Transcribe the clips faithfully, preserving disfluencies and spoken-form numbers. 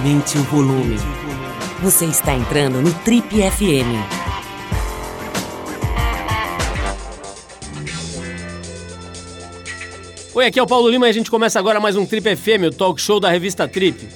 Aumente o volume. Você está entrando no Trip F M. Oi, aqui é o Paulo Lima e a gente começa agora mais um Trip F M, o talk show da revista Trip.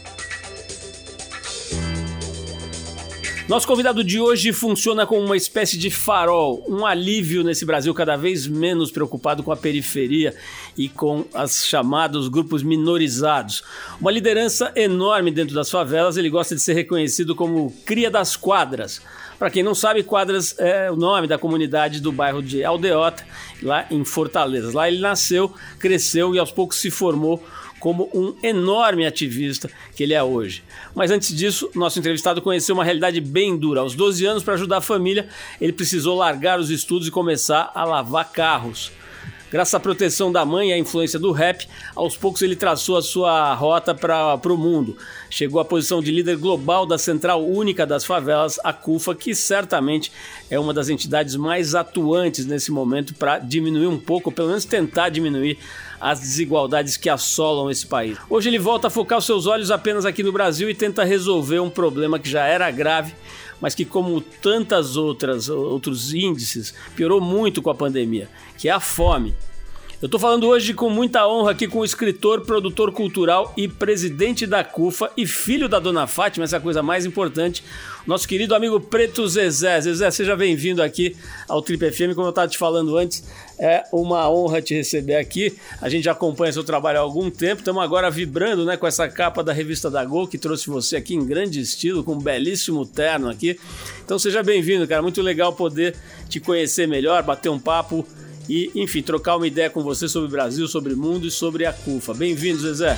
Nosso convidado de hoje funciona como uma espécie de farol, um alívio nesse Brasil cada vez menos preocupado com a periferia e com os chamados grupos minorizados. Uma liderança enorme dentro das favelas, ele gosta de ser reconhecido como cria das quadras. Para quem não sabe, Quadras é o nome da comunidade do bairro de Aldeota, lá em Fortaleza. Lá ele nasceu, cresceu e aos poucos se formou como um enorme ativista que ele é hoje. Mas antes disso, nosso entrevistado conheceu uma realidade bem dura. Aos doze anos, para ajudar a família, ele precisou largar os estudos e começar a lavar carros. Graças à proteção da mãe e à influência do rap, aos poucos ele traçou a sua rota para o mundo. Chegou à posição de líder global da Central Única das Favelas, a CUFA, que certamente é uma das entidades mais atuantes nesse momento para diminuir um pouco, ou pelo menos tentar diminuir as desigualdades que assolam esse país. Hoje ele volta a focar os seus olhos apenas aqui no Brasil e tenta resolver um problema que já era grave, mas que, como tantas outras outros índices, piorou muito com a pandemia, que é a fome. Eu estou falando hoje com muita honra aqui com o escritor, produtor cultural e presidente da CUFA e filho da Dona Fátima, essa é a coisa mais importante, nosso querido amigo Preto Zezé. Zezé, seja bem-vindo aqui ao Trip F M, como eu estava te falando antes, é uma honra te receber aqui, a gente já acompanha seu trabalho há algum tempo, estamos agora vibrando, né, com essa capa da revista da Gol, que trouxe você aqui em grande estilo, com um belíssimo terno aqui, então seja bem-vindo, cara, muito legal poder te conhecer melhor, bater um papo e, enfim, trocar uma ideia com você sobre o Brasil, sobre o mundo e sobre a CUFA. Bem-vindo, Zezé.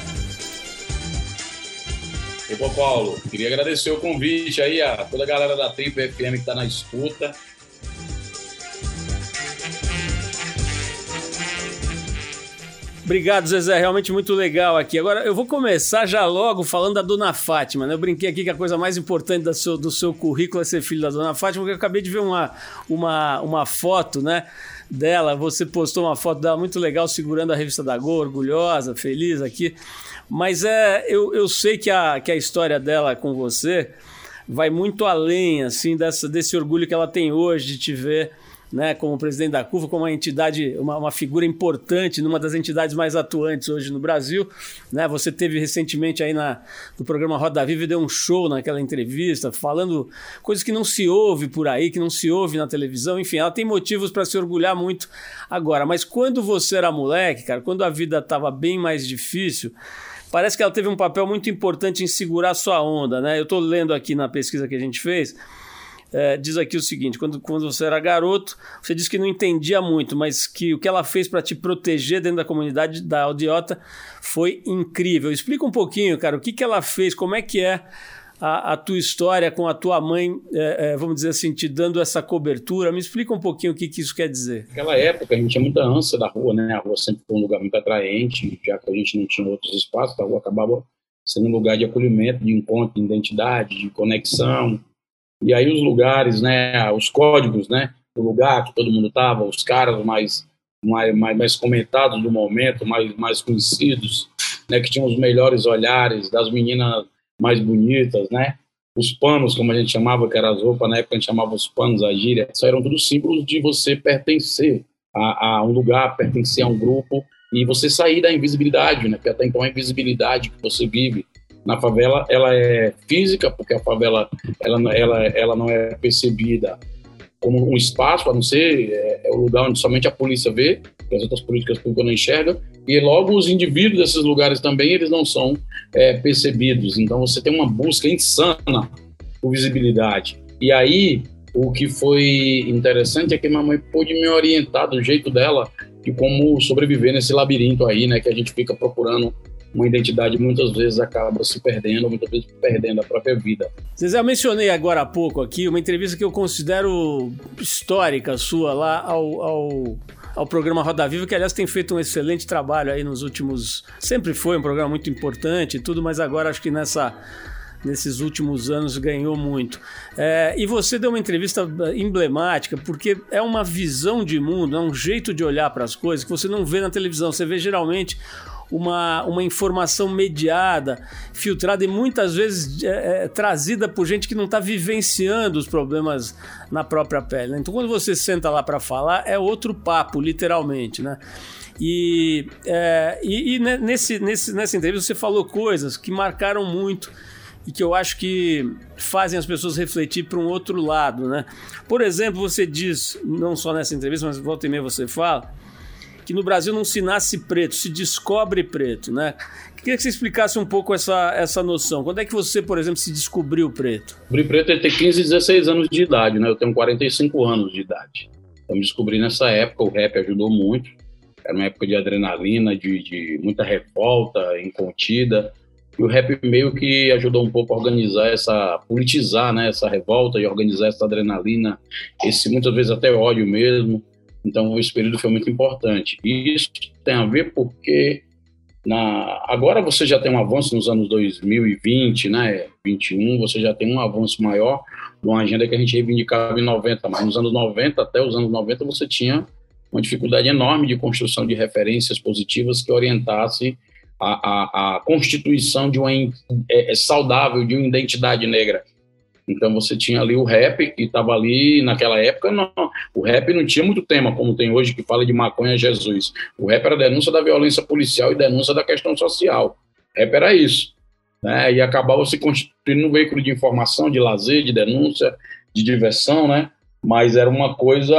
Ô, Paulo, queria agradecer o convite aí a toda a galera da Trip F M que está na escuta. Obrigado, Zezé, realmente muito legal aqui. Agora, eu vou começar já logo falando da Dona Fátima, né? Eu brinquei aqui que a coisa mais importante do seu, do seu currículo é ser filho da Dona Fátima, porque eu acabei de ver uma, uma, uma foto, né, dela. Você postou uma foto dela muito legal, segurando a revista da Gol, orgulhosa, feliz aqui. Mas é, eu, eu sei que a, que a história dela com você vai muito além, assim, dessa, desse orgulho que ela tem hoje de te ver, né, como presidente da CUFA, como uma entidade, uma, uma figura importante, numa das entidades mais atuantes hoje no Brasil, né? Você teve recentemente aí na, no programa Roda Viva e deu um show naquela entrevista, falando coisas que não se ouve por aí, que não se ouve na televisão, enfim, ela tem motivos para se orgulhar muito agora, mas quando você era moleque, cara, quando a vida estava bem mais difícil, parece que ela teve um papel muito importante em segurar a sua onda, né? Eu estou lendo aqui na pesquisa que a gente fez. É, diz aqui o seguinte, quando, quando você era garoto, você disse que não entendia muito, mas que o que ela fez para te proteger dentro da comunidade da Aldeota foi incrível. Explica um pouquinho, cara, o que, que ela fez, como é que é a, a tua história com a tua mãe, é, é, vamos dizer assim, te dando essa cobertura. Me explica um pouquinho o que, que isso quer dizer. Naquela época, a gente tinha muita ânsia da rua, né? A rua sempre foi um lugar muito atraente, já que a gente não tinha outros espaços, a rua acabava sendo um lugar de acolhimento, de encontro, de identidade, de conexão. E aí os lugares, né, os códigos, né, do lugar que todo mundo estava, os caras mais, mais, mais, mais comentados do momento, mais, mais conhecidos, né, que tinham os melhores olhares, das meninas mais bonitas, né, os panos, como a gente chamava, que era as roupas, na época a gente chamava os panos, a gíria, isso eram todos símbolos de você pertencer a, a um lugar, pertencer a um grupo e você sair da invisibilidade, né, porque até então a invisibilidade que você vive na favela, ela é física, porque a favela ela, ela, ela não é percebida como um espaço, a não ser é, é o lugar onde somente a polícia vê, que as outras políticas públicas não enxergam, e logo os indivíduos desses lugares também, eles não são é, percebidos. Então você tem uma busca insana por visibilidade. E aí, o que foi interessante é que minha mãe pôde me orientar do jeito dela de como sobreviver nesse labirinto aí, né, que a gente fica procurando uma identidade muitas vezes acaba se perdendo, muitas vezes perdendo a própria vida. Zezé, eu mencionei agora há pouco aqui uma entrevista que eu considero histórica sua lá ao, ao, ao programa Roda Viva, que aliás tem feito um excelente trabalho aí nos últimos... Sempre foi um programa muito importante e tudo, mas agora acho que nessa... nesses últimos anos ganhou muito. É, e você deu uma entrevista emblemática, porque é uma visão de mundo, é um jeito de olhar para as coisas que você não vê na televisão. Você vê geralmente uma, uma informação mediada, filtrada e muitas vezes é, é, trazida por gente que não está vivenciando os problemas na própria pele, né? Então, quando você senta lá para falar, é outro papo, literalmente, né? E, é, e, e nesse, nesse, nessa entrevista você falou coisas que marcaram muito e que eu acho que fazem as pessoas refletir para um outro lado, né? Por exemplo, você diz, não só nessa entrevista, mas volta e meia você fala, que no Brasil não se nasce preto, se descobre preto, né? Queria que você explicasse um pouco essa, essa noção. Quando é que você, por exemplo, se descobriu preto? Descobri preto é ter quinze, dezesseis anos de idade, né? Eu tenho quarenta e cinco anos de idade. Então, me descobri nessa época, o rap ajudou muito. Era uma época de adrenalina, de, de muita revolta incontida. E o rap meio que ajudou um pouco a organizar essa, politizar, né, essa revolta e organizar essa adrenalina, esse muitas vezes até ódio mesmo. Então esse período foi muito importante. E isso tem a ver porque na, agora você já tem um avanço nos anos dois mil e vinte, né, vinte e um, você já tem um avanço maior de uma agenda que a gente reivindicava em noventa, mas nos anos noventa, até os anos noventa, você tinha uma dificuldade enorme de construção de referências positivas que orientasse A, a, a constituição de uma é, saudável de uma identidade negra. Então você tinha ali o rap, que estava ali naquela época, não, o rap não tinha muito tema, como tem hoje, que fala de maconha Jesus. O rap era denúncia da violência policial e denúncia da questão social. O rap era isso, né? E acabava se constituindo um veículo de informação, de lazer, de denúncia, de diversão, né? Mas era uma coisa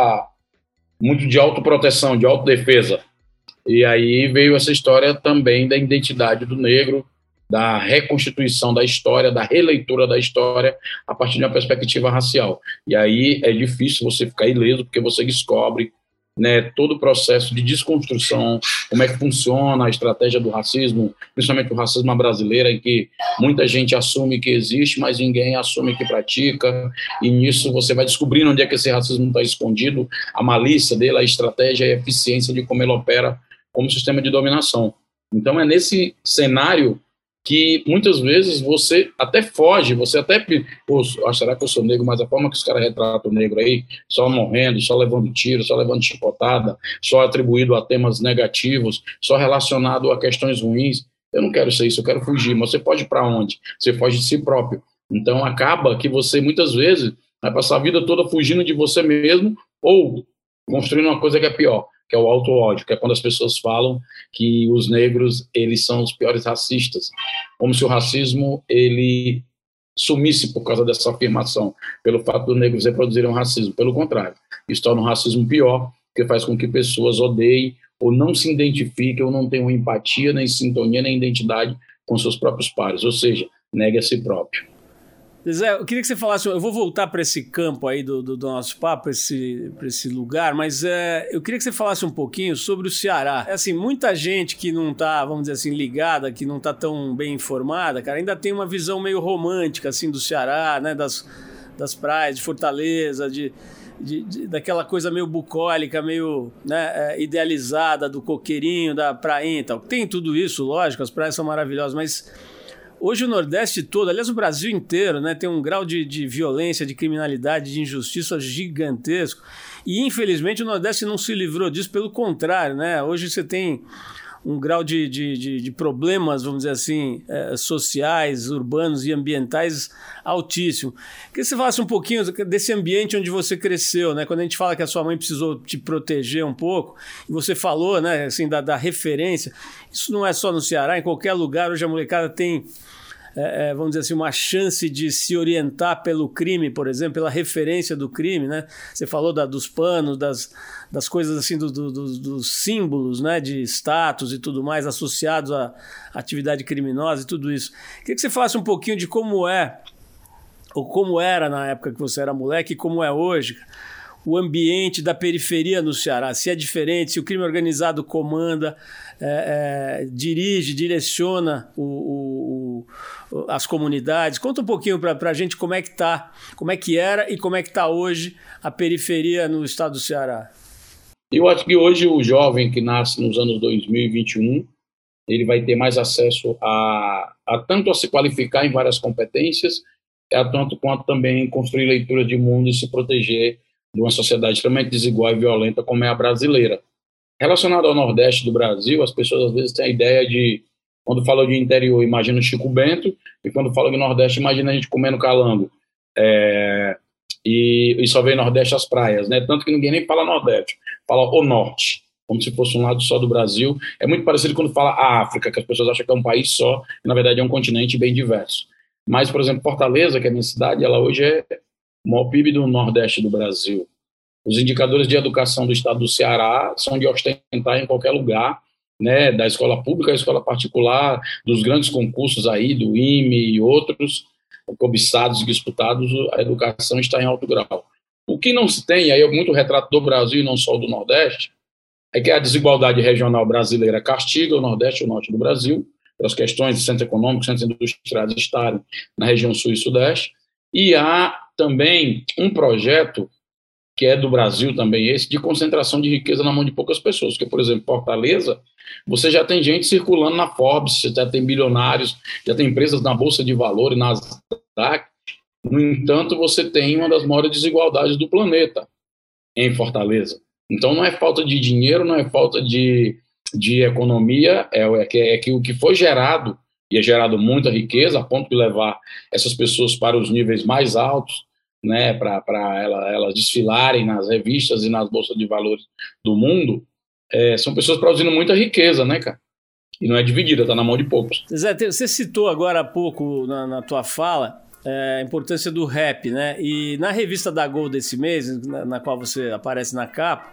muito de autoproteção, de autodefesa. E aí veio essa história também da identidade do negro, da reconstituição da história, da releitura da história a partir de uma perspectiva racial. E aí é difícil você ficar ileso, porque você descobre, né, todo o processo de desconstrução, como é que funciona a estratégia do racismo, principalmente o racismo brasileiro, em que muita gente assume que existe, mas ninguém assume que pratica, e nisso você vai descobrindo onde é que esse racismo está escondido, a malícia dele, a estratégia e a eficiência de como ele opera como sistema de dominação. Então é nesse cenário que muitas vezes você até foge, você até, pô, será que eu sou negro? Mas a forma que os caras retratam o negro aí, só morrendo, só levando tiro, só levando chicotada, só atribuído a temas negativos, só relacionado a questões ruins, eu não quero ser isso, eu quero fugir. Mas você pode ir para onde? Você foge de si próprio. Então acaba que você muitas vezes vai passar a vida toda fugindo de você mesmo ou construindo uma coisa que é pior, que é o auto-ódio, que é quando as pessoas falam que os negros, eles são os piores racistas, como se o racismo, ele sumisse por causa dessa afirmação, pelo fato dos negros reproduzirem o racismo. Pelo contrário, isso torna o racismo pior, porque faz com que pessoas odeiem, ou não se identifiquem, ou não tenham empatia, nem sintonia, nem identidade com seus próprios pares, ou seja, negue a si próprio. Zé, eu queria que você falasse, eu vou voltar para esse campo aí do, do, do nosso papo, para esse, esse lugar, mas é, eu queria que você falasse um pouquinho sobre o Ceará. É assim, muita gente que não está, vamos dizer assim, ligada, que não está tão bem informada, cara, ainda tem uma visão meio romântica, assim, do Ceará, né, das, das praias, de Fortaleza, de, de, de, daquela coisa meio bucólica, meio, né, é, idealizada do coqueirinho, da prainha e tal. Tem tudo isso, lógico, as praias são maravilhosas, mas hoje o Nordeste todo, aliás o Brasil inteiro, né, tem um grau de, de violência, de criminalidade, de injustiça gigantesco. E infelizmente o Nordeste não se livrou disso, pelo contrário, né? Hoje você tem um grau de, de, de, de problemas, vamos dizer assim, é, sociais, urbanos e ambientais altíssimo. Queria que você falasse um pouquinho desse ambiente onde você cresceu, né? Quando a gente fala que a sua mãe precisou te proteger um pouco, e você falou, né, assim, da, da referência, isso não é só no Ceará, em qualquer lugar, hoje a molecada tem, é, vamos dizer assim, uma chance de se orientar pelo crime, por exemplo, pela referência do crime, né? Você falou da, dos panos, das, das coisas assim, do, do, do, dos símbolos, né, de status e tudo mais associados à atividade criminosa e tudo isso. Queria que você falasse um pouquinho de como é, ou como era na época que você era moleque e como é hoje, o ambiente da periferia no Ceará, se é diferente, se o crime organizado comanda, é, é, dirige, direciona o, o, o, as comunidades. Conta um pouquinho para a gente como é que tá, como é que era e como é que está hoje a periferia no estado do Ceará. Eu acho que hoje o jovem que nasce nos anos dois mil e vinte e um, ele vai ter mais acesso a, a tanto a se qualificar em várias competências, a tanto quanto também construir leitura de mundo e se proteger de uma sociedade extremamente desigual e violenta como é a brasileira. Relacionado ao Nordeste do Brasil, as pessoas às vezes têm a ideia de, quando falam de interior, imagina o Chico Bento, e quando falam de Nordeste, imagina a gente comendo calango. É, e, e só vem Nordeste as praias, né? Tanto que ninguém nem fala Nordeste, fala o Norte, como se fosse um lado só do Brasil. É muito parecido quando fala a África, que as pessoas acham que é um país só, e na verdade é um continente bem diverso. Mas, por exemplo, Fortaleza, que é a minha cidade, ela hoje é o maior P I B do Nordeste do Brasil. Os indicadores de educação do estado do Ceará são de ostentar em qualquer lugar, né, da escola pública à escola particular, dos grandes concursos aí, do I M E e outros, cobiçados e disputados, a educação está em alto grau. O que não se tem, aí é muito retrato do Brasil e não só do Nordeste, é que a desigualdade regional brasileira castiga o Nordeste e o Norte do Brasil, pelas questões de centros econômicos, centros industriais estarem na região Sul e Sudeste, e há também um projeto que é do Brasil também esse, de concentração de riqueza na mão de poucas pessoas. Porque, por exemplo, Fortaleza, você já tem gente circulando na Forbes, você já tem bilionários, já tem empresas na Bolsa de Valores, na Nasdaq. No entanto, você tem uma das maiores desigualdades do planeta em Fortaleza. Então, não é falta de dinheiro, não é falta de, de economia, é, é, que, é que o que foi gerado, e é gerado muita riqueza, a ponto de levar essas pessoas para os níveis mais altos, né, para ela, elas desfilarem nas revistas e nas bolsas de valores do mundo, é, são pessoas produzindo muita riqueza, né, cara? E não é dividida, está na mão de poucos. Zé, você citou agora há pouco na, na tua fala é, a importância do rap, né? E na revista da Gol desse mês, na, na qual você aparece na capa,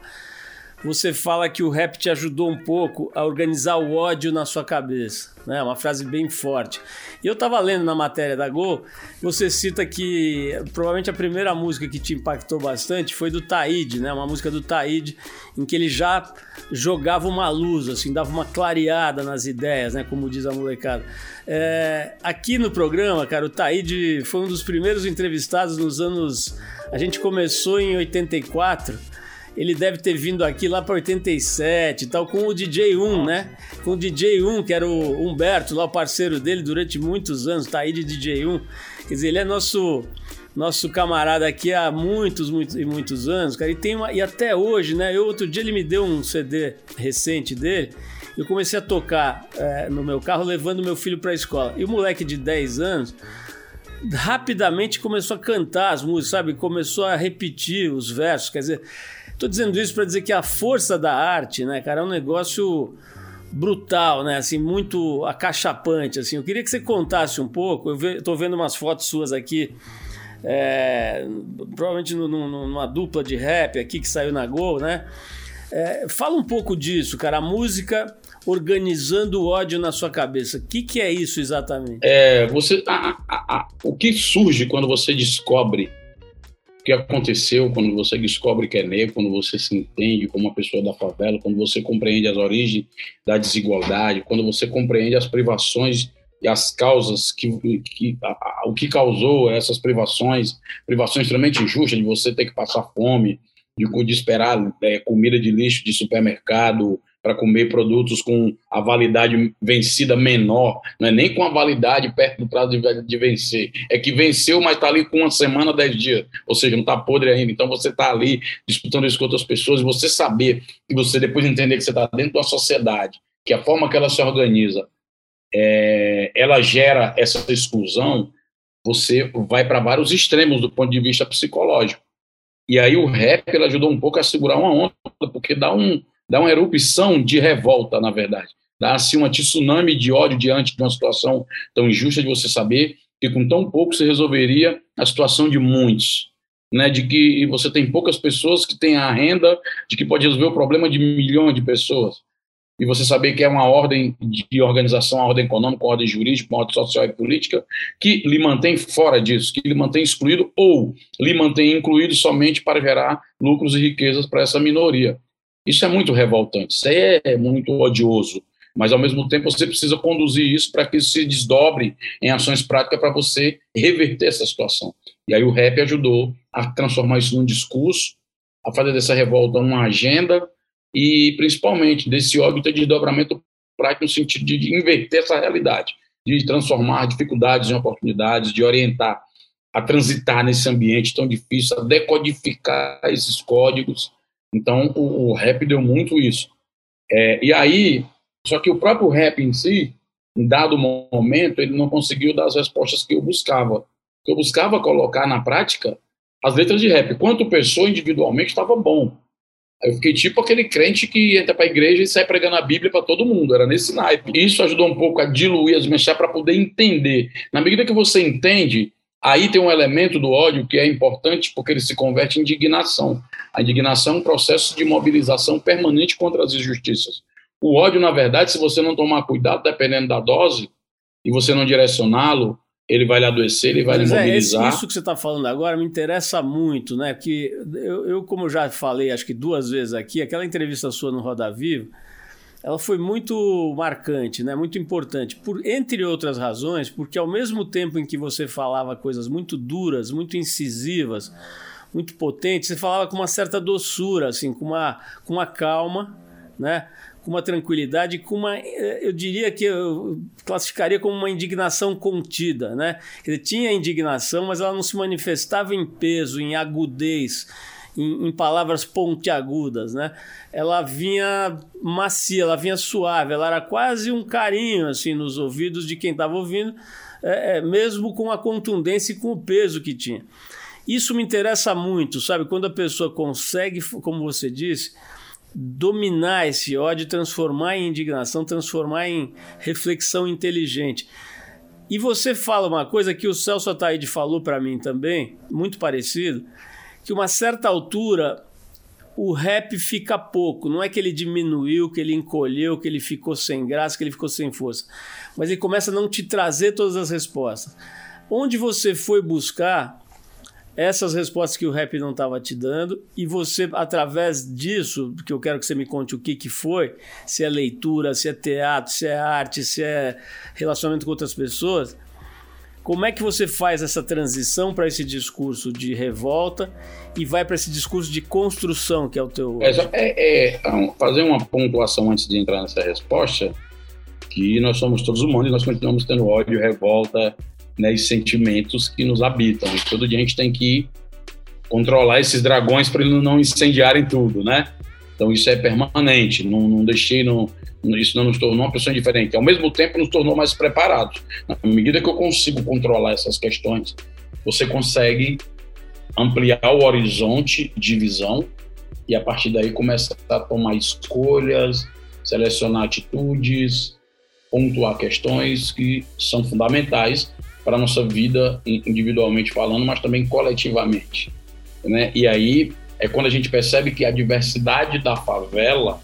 você fala que o rap te ajudou um pouco a organizar o ódio na sua cabeça, né? Uma frase bem forte. E eu estava lendo na matéria da Gol, você cita que provavelmente a primeira música que te impactou bastante foi do Taíde, né? Uma música do Taíde em que ele já jogava uma luz, assim, dava uma clareada nas ideias, né? Como diz a molecada. É, aqui no programa, cara, o Taíde foi um dos primeiros entrevistados nos anos... A gente começou em oitenta e quatro... Ele deve ter vindo aqui lá para oitenta e sete e tal, com o D J um, né? Com o D J um, que era o Humberto, lá o parceiro dele durante muitos anos, tá aí de D J um. Quer dizer, ele é nosso, nosso camarada aqui há muitos, muitos e muitos anos, cara. E, tem uma, e até hoje, né? Eu, outro dia ele me deu um C D recente dele, eu comecei a tocar é, no meu carro, levando meu filho para a escola. E o moleque de dez anos... rapidamente começou a cantar as músicas, sabe? Começou a repetir os versos, quer dizer... Tô dizendo isso para dizer que a força da arte, né, cara, é um negócio brutal, né, assim, muito acachapante, assim. Eu queria que você contasse um pouco, eu ve- tô vendo umas fotos suas aqui, é, provavelmente no, no, numa dupla de rap aqui que saiu na Gol, né? É, fala um pouco disso, cara, a música organizando o ódio na sua cabeça. O que, que é isso exatamente? É, você, a, a, a, o que surge quando você descobre o que aconteceu, quando você descobre que é negro, quando você se entende como uma pessoa da favela, quando você compreende as origens da desigualdade, quando você compreende as privações e as causas, que, que a, a, o que causou essas privações, privações extremamente injustas, de você ter que passar fome, de, de esperar é, comida de lixo de supermercado, para comer produtos com a validade vencida menor, não é nem com a validade perto do prazo de, de vencer, é que venceu, mas está ali com uma semana, dez dias, ou seja, não está podre ainda, então você está ali disputando isso com outras pessoas, e você saber, e você depois entender que você está dentro de uma sociedade, que a forma que ela se organiza, é, ela gera essa exclusão, você vai para vários extremos do ponto de vista psicológico. E aí o rap ele ajudou um pouco a segurar uma onda, porque dá um dá uma erupção de revolta, na verdade. Dá assim uma tsunami de ódio diante de uma situação tão injusta, de você saber que com tão pouco se resolveria a situação de muitos, né? De que você tem poucas pessoas que têm a renda, de que pode resolver o problema de milhões de pessoas. E você saber que é uma ordem de organização, uma ordem econômica, uma ordem jurídica, uma ordem social e política, que lhe mantém fora disso, que lhe mantém excluído ou lhe mantém incluído somente para gerar lucros e riquezas para essa minoria. Isso é muito revoltante, isso é muito odioso, mas ao mesmo tempo você precisa conduzir isso para que isso se desdobre em ações práticas para você reverter essa situação. E aí o rap ajudou a transformar isso num discurso, a fazer dessa revolta uma agenda e principalmente desse ódio ter desdobramento prático no sentido de inverter essa realidade, de transformar dificuldades em oportunidades, de orientar a transitar nesse ambiente tão difícil, a decodificar esses códigos. Então, o, o rap deu muito isso. É, e aí, só que o próprio rap em si, em dado momento, ele não conseguiu dar as respostas que eu buscava. Eu buscava colocar na prática as letras de rap. Quanto pessoa, individualmente, estava bom. Eu fiquei tipo aquele crente que entra para a igreja e sai pregando a Bíblia para todo mundo. Era nesse naipe. Isso ajudou um pouco a diluir as mensagens para poder entender. Na medida que você entende, aí tem um elemento do ódio que é importante porque ele se converte em indignação. A indignação é um processo de mobilização permanente contra as injustiças. O ódio, na verdade, se você não tomar cuidado, dependendo da dose, e você não direcioná-lo, ele vai lhe adoecer, ele vai Mas lhe mobilizar. É, isso que você está falando agora me interessa muito, né? Porque eu, eu, como já falei, acho que duas vezes aqui, aquela entrevista sua no Roda Viva, ela foi muito marcante, né? Muito importante, por, entre outras razões, porque ao mesmo tempo em que você falava coisas muito duras, muito incisivas, muito potentes, você falava com uma certa doçura, assim, com uma, com uma calma, né? Com uma tranquilidade, com uma, eu diria que eu classificaria como uma indignação contida, né? Quer dizer, tinha indignação, mas ela não se manifestava em peso, em agudez, em, em palavras pontiagudas, né? Ela vinha macia, ela vinha suave, ela era quase um carinho assim nos ouvidos de quem estava ouvindo, é, é, mesmo com a contundência e com o peso que tinha. Isso me interessa muito, sabe? Quando a pessoa consegue, como você disse, dominar esse ódio, transformar em indignação, transformar em reflexão inteligente. E você fala uma coisa que o Celso Ataíde falou para mim também, muito parecido, que uma certa altura o rap fica pouco. Não é que ele diminuiu, que ele encolheu, que ele ficou sem graça, que ele ficou sem força. Mas ele começa a não te trazer todas as respostas. Onde você foi buscar essas respostas que o rap não estava te dando, e você, através disso, que eu quero que você me conte o que, que foi, se é leitura, se é teatro, se é arte, se é relacionamento com outras pessoas, como é que você faz essa transição para esse discurso de revolta e vai para esse discurso de construção, que é o teu... É, é, é fazer uma pontuação antes de entrar nessa resposta, que nós somos todos humanos e nós continuamos tendo ódio, revolta, né, e sentimentos que nos habitam. E todo dia a gente tem que controlar esses dragões para eles não incendiarem tudo, né? Então isso é permanente. Não, não deixei, não, isso não nos tornou uma pessoa diferente. Ao mesmo tempo nos tornou mais preparados. Na medida que eu consigo controlar essas questões, você consegue ampliar o horizonte de visão e a partir daí começa a tomar escolhas, selecionar atitudes, pontuar questões que são fundamentais para a nossa vida, individualmente falando, mas também coletivamente, né? E aí é quando a gente percebe que a diversidade da favela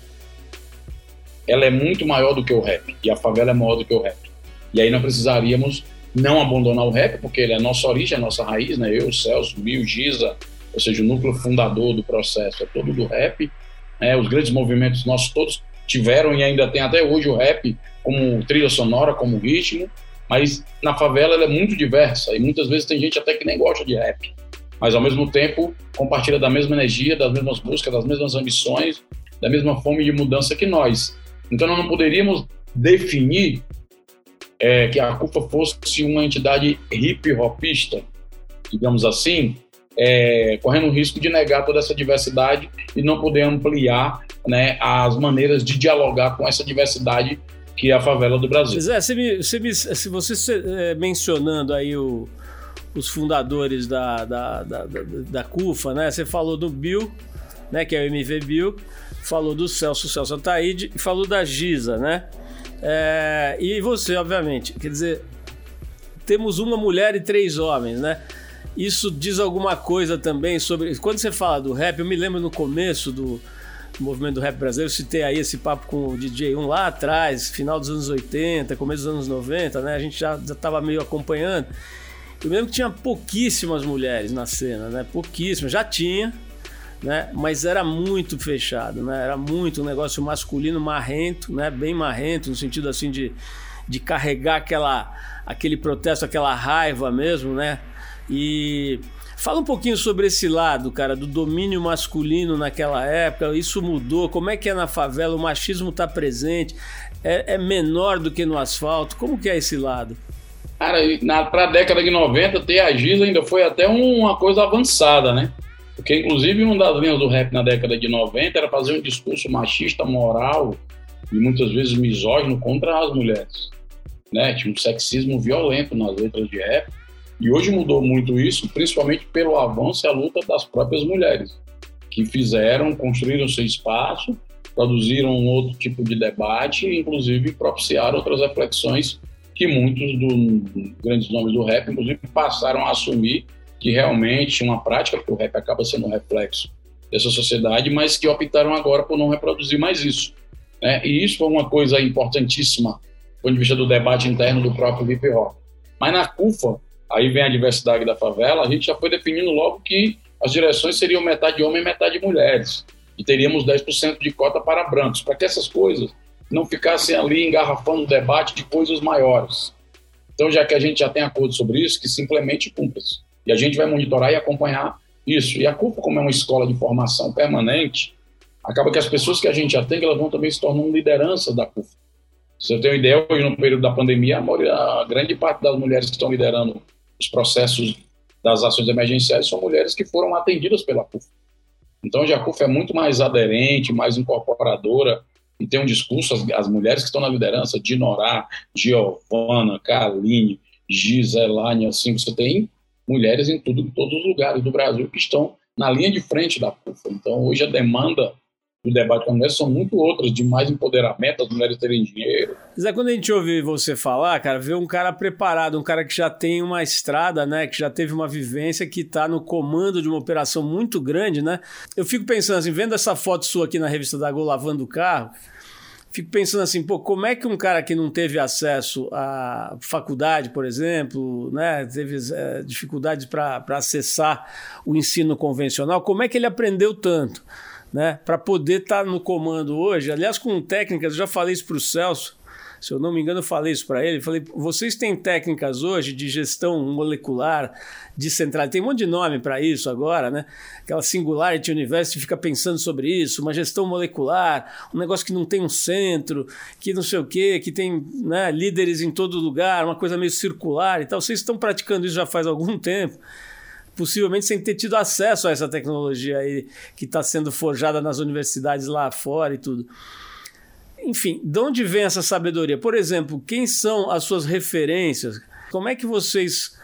ela é muito maior do que o rap, e a favela é maior do que o rap. E aí nós precisaríamos não abandonar o rap, porque ele é a nossa origem, a nossa raiz, né? Eu, Celso, Bill, Giza, ou seja, o núcleo fundador do processo é todo do rap, né? Os grandes movimentos nossos todos tiveram e ainda tem até hoje o rap como trilha sonora, como ritmo, mas na favela ela é muito diversa e muitas vezes tem gente até que nem gosta de rap, mas ao mesmo tempo compartilha da mesma energia, das mesmas buscas, das mesmas ambições, da mesma fome de mudança que nós. Então nós não poderíamos definir é, que a CUFA fosse uma entidade hip-hopista, digamos assim, é, correndo o risco de negar toda essa diversidade e não poder ampliar, né, as maneiras de dialogar com essa diversidade que é a favela do Brasil. Pois é, você, me, você, me, se você é, mencionando aí o, os fundadores da, da, da, da, da CUFA, né? Você falou do Bill, né, que é o M V Bill, falou do Celso, Celso Ataíde, e falou da Giza, né? É, e você, obviamente, quer dizer, temos uma mulher e três homens, né? Isso diz alguma coisa também sobre... Quando você fala do rap, eu me lembro no começo do movimento do rap brasileiro, eu citei aí esse papo com o D J um lá atrás, final dos anos oitenta, começo dos anos noventa, né? A gente já estava meio acompanhando. Eu me lembro que tinha pouquíssimas mulheres na cena, né? Pouquíssimas, já tinha, né? Mas era muito fechado, né? Era muito um negócio masculino marrento, né? Bem marrento, no sentido assim de, de carregar aquela, aquele protesto, aquela raiva mesmo, né? E fala um pouquinho sobre esse lado, cara, do domínio masculino naquela época. Isso mudou? Como é que é na favela? O machismo está presente? É, é menor do que no asfalto? Como que é esse lado? Cara, para a década de noventa, ter a Giza ainda foi até uma coisa avançada, né? Porque, inclusive, uma das linhas do rap na década de noventa era fazer um discurso machista, moral, e muitas vezes misógino contra as mulheres, né? Tinha um sexismo violento nas letras de rap, e hoje mudou muito isso, principalmente pelo avanço e a luta das próprias mulheres, que fizeram, construíram seu espaço, produziram um outro tipo de debate e, inclusive, propiciaram outras reflexões que muitos dos grandes nomes do rap, inclusive, passaram a assumir que realmente uma prática, porque o rap acaba sendo um reflexo dessa sociedade, mas que optaram agora por não reproduzir mais isso, né? E isso foi uma coisa importantíssima do ponto de vista do debate interno do próprio hip hop. Mas na CUFA, aí vem a diversidade da favela, a gente já foi definindo logo que as direções seriam metade homem e metade mulheres, e teríamos dez por cento de cota para brancos, para que essas coisas não ficassem ali engarrafando o debate de coisas maiores. Então, já que a gente já tem acordo sobre isso, que simplesmente cumpra-se. E a gente vai monitorar e acompanhar isso. E a CUFA, como é uma escola de formação permanente, acaba que as pessoas que a gente atende, elas vão também se tornando liderança da CUFA. Se eu tenho uma ideia, hoje no período da pandemia, a, maioria, a grande parte das mulheres que estão liderando os processos das ações emergenciais são mulheres que foram atendidas pela CUFA. Então, a CUFA é muito mais aderente, mais incorporadora, e tem um discurso, as, as mulheres que estão na liderança, Dinorá, Giovana, Kaline, Giselane, assim, você tem mulheres em, tudo, em todos os lugares do Brasil que estão na linha de frente da CUFA. Então, hoje a demanda do debate com as mulheres são muito outras, de mais empoderamento, as mulheres terem dinheiro. Zé, quando a gente ouve você falar, cara, ver um cara preparado, um cara que já tem uma estrada, né, que já teve uma vivência, que está no comando de uma operação muito grande, né? Eu fico pensando assim, vendo essa foto sua aqui na revista da Gol lavando o carro, fico pensando assim, pô, como é que um cara que não teve acesso à faculdade, por exemplo, né, teve é, dificuldades para acessar o ensino convencional, como é que ele aprendeu tanto? Né, para poder estar tá no comando hoje, aliás, com técnicas, eu já falei isso para o Celso, se eu não me engano, eu falei isso para ele, falei, vocês têm técnicas hoje de gestão molecular, descentralizada, tem um monte de nome para isso agora, né? Aquela Singularity University fica pensando sobre isso, uma gestão molecular, um negócio que não tem um centro, que não sei o quê, que tem, né, líderes em todo lugar, uma coisa meio circular e tal. Vocês estão praticando isso já faz algum tempo, possivelmente sem ter tido acesso a essa tecnologia aí que está sendo forjada nas universidades lá fora e tudo. Enfim, de onde vem essa sabedoria? Por exemplo, quem são as suas referências? Como é que vocês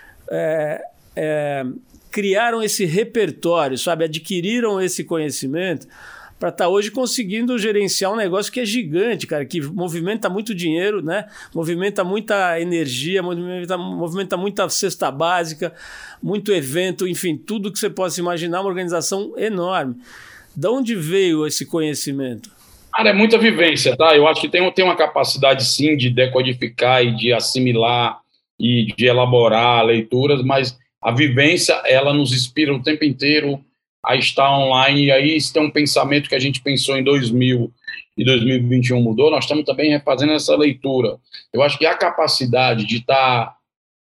é, é, criaram esse repertório, sabe? Adquiriram esse conhecimento para estar tá hoje conseguindo gerenciar um negócio que é gigante, cara, que movimenta muito dinheiro, né? Movimenta muita energia, movimenta, movimenta muita cesta básica, muito evento, enfim, tudo que você possa imaginar, uma organização enorme. De onde veio esse conhecimento? Cara, é muita vivência, tá? Eu acho que tem, tem uma capacidade, sim, de decodificar e de assimilar e de elaborar leituras, mas a vivência, ela nos inspira o tempo inteiro a estar online. E aí, se tem um pensamento que a gente pensou em dois mil e dois mil e vinte e um mudou, nós estamos também refazendo essa leitura. Eu acho que a capacidade de estar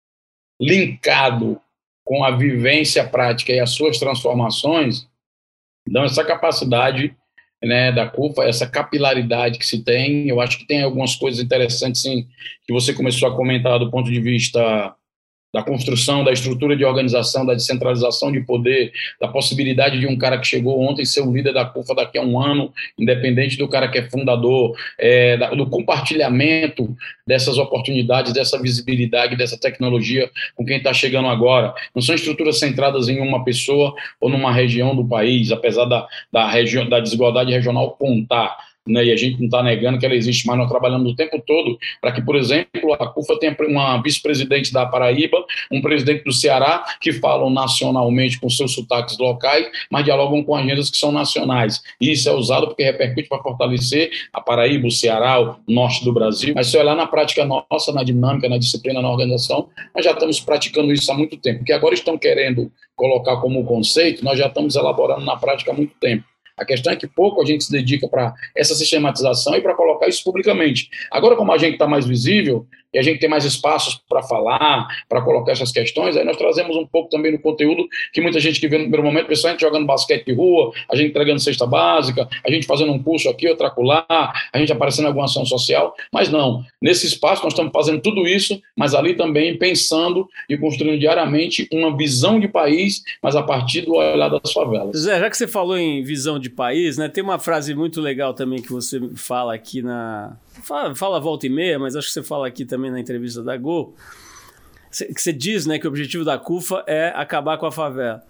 linkado com a vivência prática e as suas transformações dão essa capacidade, né, da CUFA, essa capilaridade que se tem. Eu acho que tem algumas coisas interessantes, sim, que você começou a comentar do ponto de vista da construção, da estrutura de organização, da descentralização de poder, da possibilidade de um cara que chegou ontem ser o líder da CUFA daqui a um ano, independente do cara que é fundador, é, da, do compartilhamento dessas oportunidades, dessa visibilidade, dessa tecnologia com quem está chegando agora. Não são estruturas centradas em uma pessoa ou numa região do país, apesar da, da, regi- da desigualdade regional contar, né, e a gente não está negando que ela existe, mas nós trabalhamos o tempo todo para que, por exemplo, a CUFA tenha uma vice-presidente da Paraíba, um presidente do Ceará, que falam nacionalmente com seus sotaques locais, mas dialogam com agendas que são nacionais. E isso é usado porque repercute para fortalecer a Paraíba, o Ceará, o norte do Brasil. Mas se olhar na prática nossa, na dinâmica, na disciplina, na organização, nós já estamos praticando isso há muito tempo. Porque agora estão querendo colocar como conceito, nós já estamos elaborando na prática há muito tempo. A questão é que pouco a gente se dedica para essa sistematização e para colocar isso publicamente. Agora, como a gente está mais visível e a gente tem mais espaços para falar, para colocar essas questões, aí nós trazemos um pouco também no conteúdo que muita gente que vê no primeiro momento, pessoal, a gente jogando basquete de rua, a gente entregando cesta básica, a gente fazendo um curso aqui, outro acolá, a gente aparecendo em alguma ação social, mas não. Nesse espaço nós estamos fazendo tudo isso, mas ali também pensando e construindo diariamente uma visão de país, mas a partir do olhar das favelas. Zé, já que você falou em visão de de país, né? Tem uma frase muito legal também que você fala aqui na... Fala, fala volta e meia, mas acho que você fala aqui também na entrevista da Gol, que você diz, né, que o objetivo da CUFA é acabar com a favela.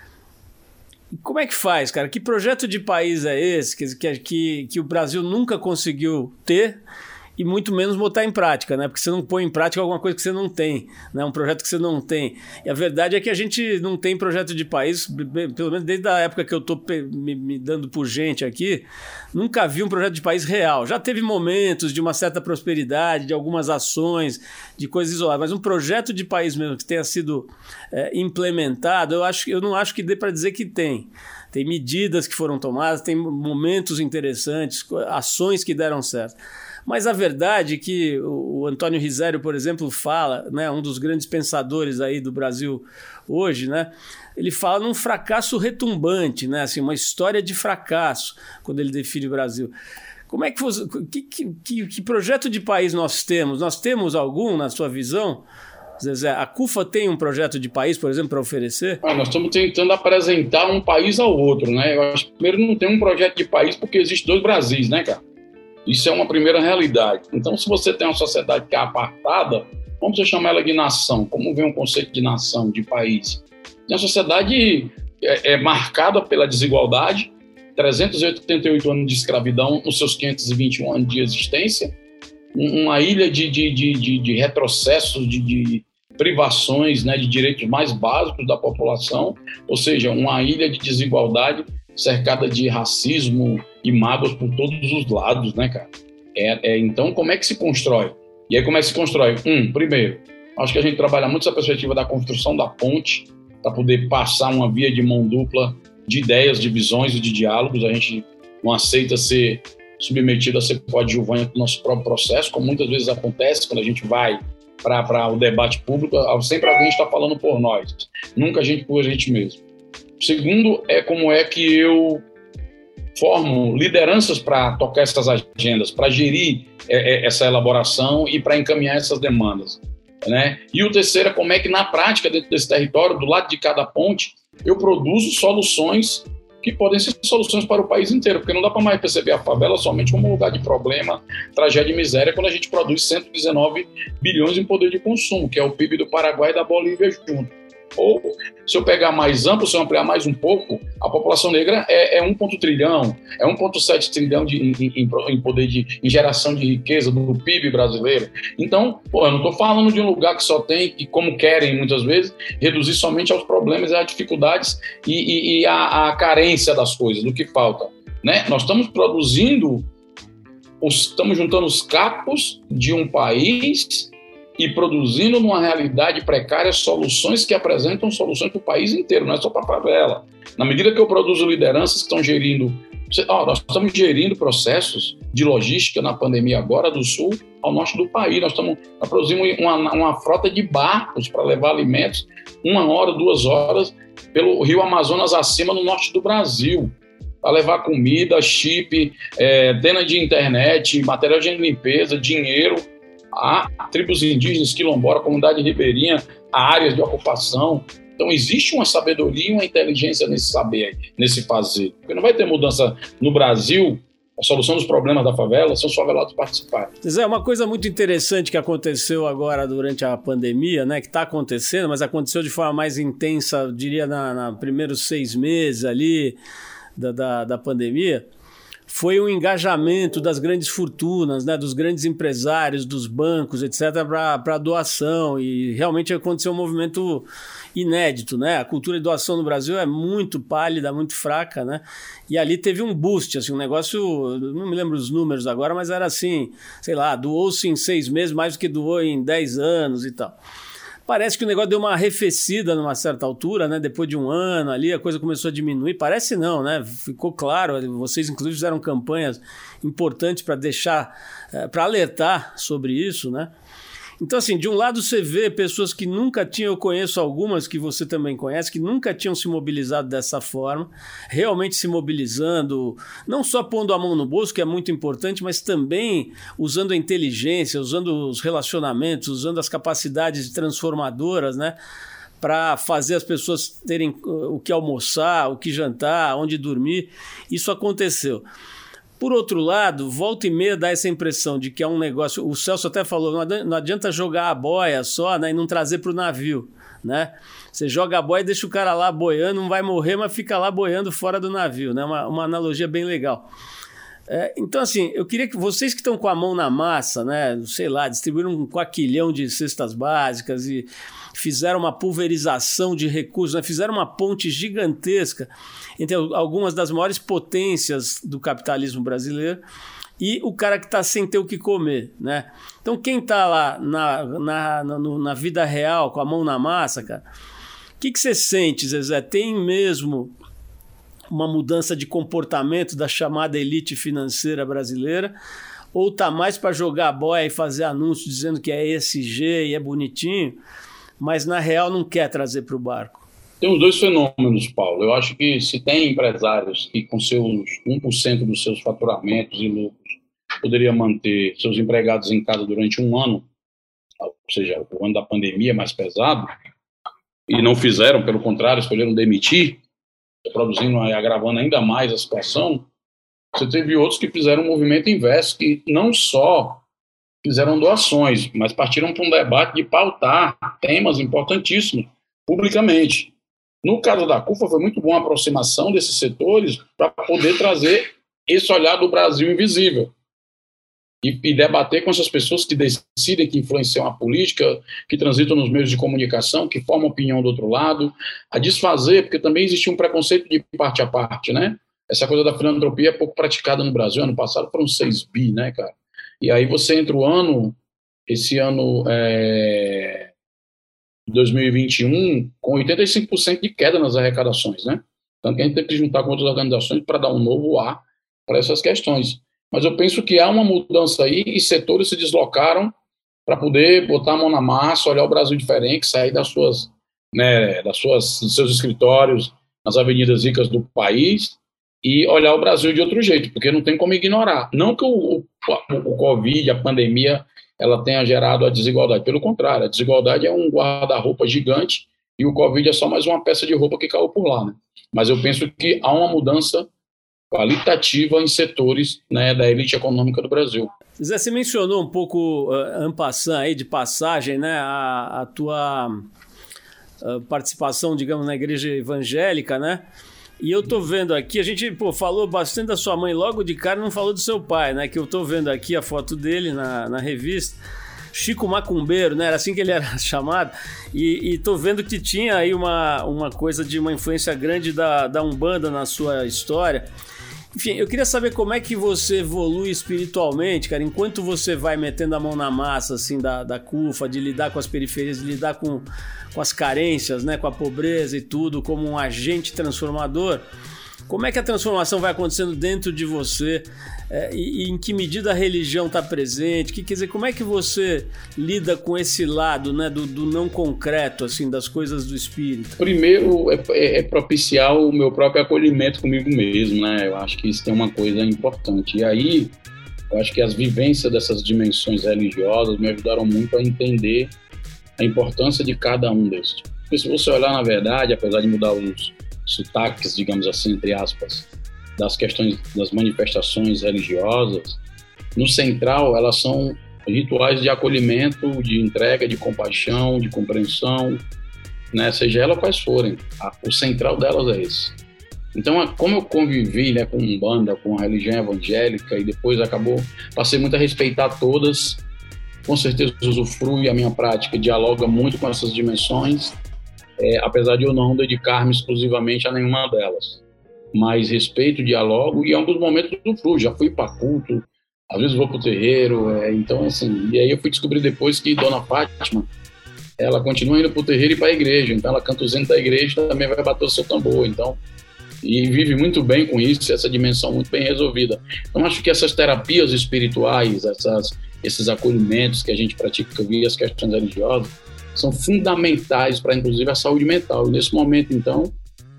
Como é que faz, cara? Que projeto de país é esse que, que, que o Brasil nunca conseguiu ter e muito menos botar em prática, né? Porque você não põe em prática alguma coisa que você não tem, né? Um projeto que você não tem. E a verdade é que a gente não tem projeto de país, pelo menos desde a época que eu estou me, me dando por gente aqui, nunca vi um projeto de país real. Já teve momentos de uma certa prosperidade, de algumas ações, de coisas isoladas, mas um projeto de país mesmo que tenha sido é, implementado, eu, acho, eu não acho que dê para dizer que tem. Tem medidas que foram tomadas, tem momentos interessantes, ações que deram certo. Mas a verdade é que o Antônio Risério, por exemplo, fala, né, um dos grandes pensadores aí do Brasil hoje, né, ele fala num fracasso retumbante, né, assim, uma história de fracasso, quando ele define o Brasil. Como é que, você, que, que, que projeto de país nós temos? Nós temos algum, na sua visão? Zezé, a CUFA tem um projeto de país, por exemplo, para oferecer? Ah, nós estamos tentando apresentar um país ao outro, né? Eu acho que primeiro não tem um projeto de país porque existem dois Brasis, né, cara? Isso é uma primeira realidade. Então, se você tem uma sociedade que é apartada, vamos chamar ela de nação. Como vem o conceito de nação, de país? A sociedade é, é marcada pela desigualdade, trezentos e oitenta e oito anos de escravidão nos seus quinhentos e vinte e um anos de existência, uma ilha de, de, de, de, de retrocessos, de, de privações, né, de direitos mais básicos da população, ou seja, uma ilha de desigualdade cercada de racismo e mágoas por todos os lados, né, cara? É, é, então, como é que se constrói? E aí, como é que se constrói? Um, primeiro, acho que a gente trabalha muito essa perspectiva da construção da ponte para poder passar uma via de mão dupla de ideias, de visões e de diálogos. A gente não aceita ser submetido a ser coadjuvante do nosso próprio processo, como muitas vezes acontece quando a gente vai para o debate público, sempre alguém está falando por nós, nunca a gente por a gente mesmo. Segundo, é como é que eu formo lideranças para tocar essas agendas, para gerir é, essa elaboração e para encaminhar essas demandas, né? E o terceiro é como é que, na prática, dentro desse território, do lado de cada ponte, eu produzo soluções que podem ser soluções para o país inteiro, porque não dá para mais perceber a favela somente como um lugar de problema, tragédia e miséria, quando a gente produz cento e dezenove bilhões em poder de consumo, que é o P I B do Paraguai e da Bolívia junto. Ou, se eu pegar mais amplo, se eu ampliar mais um pouco, a população negra é, é um ponto trilhão, é um ponto sete trilhão de, em, em, em poder de em geração de riqueza do P I B brasileiro. Então, pô, eu não estou falando de um lugar que só tem, e como querem muitas vezes, reduzir somente aos problemas e às dificuldades e, e, e a, a carência das coisas, do que falta, né? Nós estamos produzindo, estamos juntando os capos de um país e produzindo numa realidade precária soluções que apresentam soluções para o país inteiro, não é só para a favela. Na medida que eu produzo lideranças que estão gerindo... Oh, nós estamos gerindo processos de logística na pandemia agora do sul ao norte do país. Nós estamos nós produzimos uma, uma frota de barcos para levar alimentos uma hora, duas horas pelo rio Amazonas acima no norte do Brasil, para levar comida, chip, é, antena de internet, material de limpeza, dinheiro a tribos indígenas, quilombola, comunidade ribeirinha, a áreas de ocupação. Então, existe uma sabedoria e uma inteligência nesse saber, nesse fazer. Porque não vai ter mudança no Brasil, a solução dos problemas da favela são os favelados participarem. Zé, uma coisa muito interessante que aconteceu agora durante a pandemia, né, que está acontecendo, mas aconteceu de forma mais intensa, eu diria, na, na primeiros seis meses ali da, da, da pandemia, foi o engajamento das grandes fortunas, né, dos grandes empresários, dos bancos, etcétera, para a doação, e realmente aconteceu um movimento inédito, né? A cultura de doação no Brasil é muito pálida, muito fraca, né? E ali teve um boost, assim, um negócio, não me lembro os números agora, mas era assim, sei lá, doou-se em seis meses mais do que doou em dez anos e tal. Parece que o negócio deu uma arrefecida numa certa altura, né? Depois de um ano ali, a coisa começou a diminuir. Parece não, né? Ficou claro, vocês inclusive fizeram campanhas importantes para deixar, para alertar sobre isso, né? Então, assim, de um lado você vê pessoas que nunca tinham, eu conheço algumas que você também conhece, que nunca tinham se mobilizado dessa forma, realmente se mobilizando, não só pondo a mão no bolso, que é muito importante, mas também usando a inteligência, usando os relacionamentos, usando as capacidades transformadoras, né, para fazer as pessoas terem o que almoçar, o que jantar, onde dormir. Isso aconteceu. Por outro lado, volta e meia dá essa impressão de que é um negócio... O Celso até falou, não adianta jogar a boia só, né, e não trazer para o navio, né? Você joga a boia e deixa o cara lá boiando, não vai morrer, mas fica lá boiando fora do navio, né? Uma, uma analogia bem legal. É, então, assim, eu queria que vocês que estão com a mão na massa, né, sei lá, distribuíram um quaquilhão de cestas básicas e fizeram uma pulverização de recursos, né, fizeram uma ponte gigantesca entre algumas das maiores potências do capitalismo brasileiro e o cara que está sem ter o que comer, né? Então, quem está lá na, na, na, na vida real, com a mão na massa, cara, o que, que você sente, Zezé? Tem mesmo uma mudança de comportamento da chamada elite financeira brasileira, ou tá mais para jogar a boia e fazer anúncio dizendo que é E S G e é bonitinho, mas na real não quer trazer para o barco? Tem os dois fenômenos, Paulo. Eu acho que se tem empresários que com seus um por cento dos seus faturamentos e lucros poderia manter seus empregados em casa durante um ano, ou seja, o ano da pandemia mais pesado, e não fizeram, pelo contrário, escolheram demitir, produzindo e agravando ainda mais a situação, você teve outros que fizeram um movimento inverso, que não só fizeram doações, mas partiram para um debate de pautar temas importantíssimos publicamente. No caso da CUFA, foi muito bom a aproximação desses setores para poder trazer esse olhar do Brasil invisível e, e debater com essas pessoas que decidem, que influenciam a política, que transitam nos meios de comunicação, que formam opinião do outro lado, a desfazer, porque também existia um preconceito de parte a parte, né? Essa coisa da filantropia é pouco praticada no Brasil. Ano passado foram seis bi, né, cara? E aí você entra o ano, esse ano é, dois mil e vinte e um, com oitenta e cinco por cento de queda nas arrecadações, né? Tanto que a gente tem que juntar com outras organizações para dar um novo ar para essas questões. Mas eu penso que há uma mudança aí e setores se deslocaram para poder botar a mão na massa, olhar o Brasil diferente, sair das suas, né, das suas, dos seus escritórios nas avenidas ricas do país e olhar o Brasil de outro jeito, porque não tem como ignorar. Não que o, o, o Covid, a pandemia, ela tenha gerado a desigualdade. Pelo contrário, a desigualdade é um guarda-roupa gigante e o Covid é só mais uma peça de roupa que caiu por lá, né? Mas eu penso que há uma mudança qualitativa em setores, né, da elite econômica do Brasil. Zé, você mencionou um pouco, uh, en passant aí, de passagem, né, a, a tua uh, participação, digamos, na igreja evangélica, né? E eu tô vendo aqui, a gente pô, falou bastante da sua mãe logo de cara, não falou do seu pai, né? Que eu tô vendo aqui a foto dele na, na revista. Chico Macumbeiro, né? Era assim que ele era chamado. E, e tô vendo que tinha aí uma, uma coisa de uma influência grande da, da Umbanda na sua história. Enfim, eu queria saber como é que você evolui espiritualmente, cara, enquanto você vai metendo a mão na massa, assim, da, da CUFA, de lidar com as periferias, de lidar com, com as carências, né, com a pobreza e tudo, como um agente transformador. Como é que a transformação vai acontecendo dentro de você? É, e, e em que medida a religião está presente? Que, quer dizer, como é que você lida com esse lado, né, do, do não concreto, assim, das coisas do espírito? Primeiro é, é, é propiciar o meu próprio acolhimento comigo mesmo, né? Eu acho que isso tem uma coisa importante. E aí, eu acho que as vivências dessas dimensões religiosas me ajudaram muito a entender a importância de cada um desses. Porque se você olhar, na verdade, apesar de mudar os sotaques, digamos assim, entre aspas, das questões das manifestações religiosas, no central elas são rituais de acolhimento, de entrega, de compaixão, de compreensão, né, seja ela quais forem, a, o central delas é esse. Então, como eu convivi, né, com Umbanda, com a religião evangélica e depois acabou, passei muito a respeitar todas, com certeza usufrui a minha prática, dialoga muito com essas dimensões, É, apesar de eu não dedicar-me exclusivamente a nenhuma delas. Mas respeito, dialogo e em alguns momentos eu fluo. Já fui para culto, às vezes vou para o terreiro. É, então, assim, e aí eu fui descobrir depois que Dona Fátima, ela continua indo para o terreiro e para a igreja. Então ela canta os hinos da igreja, também vai bater o seu tambor. Então, e vive muito bem com isso, essa dimensão muito bem resolvida. Então acho que essas terapias espirituais, essas, esses acolhimentos que a gente pratica via as questões religiosas, são fundamentais para, inclusive, a saúde mental. E nesse momento, então,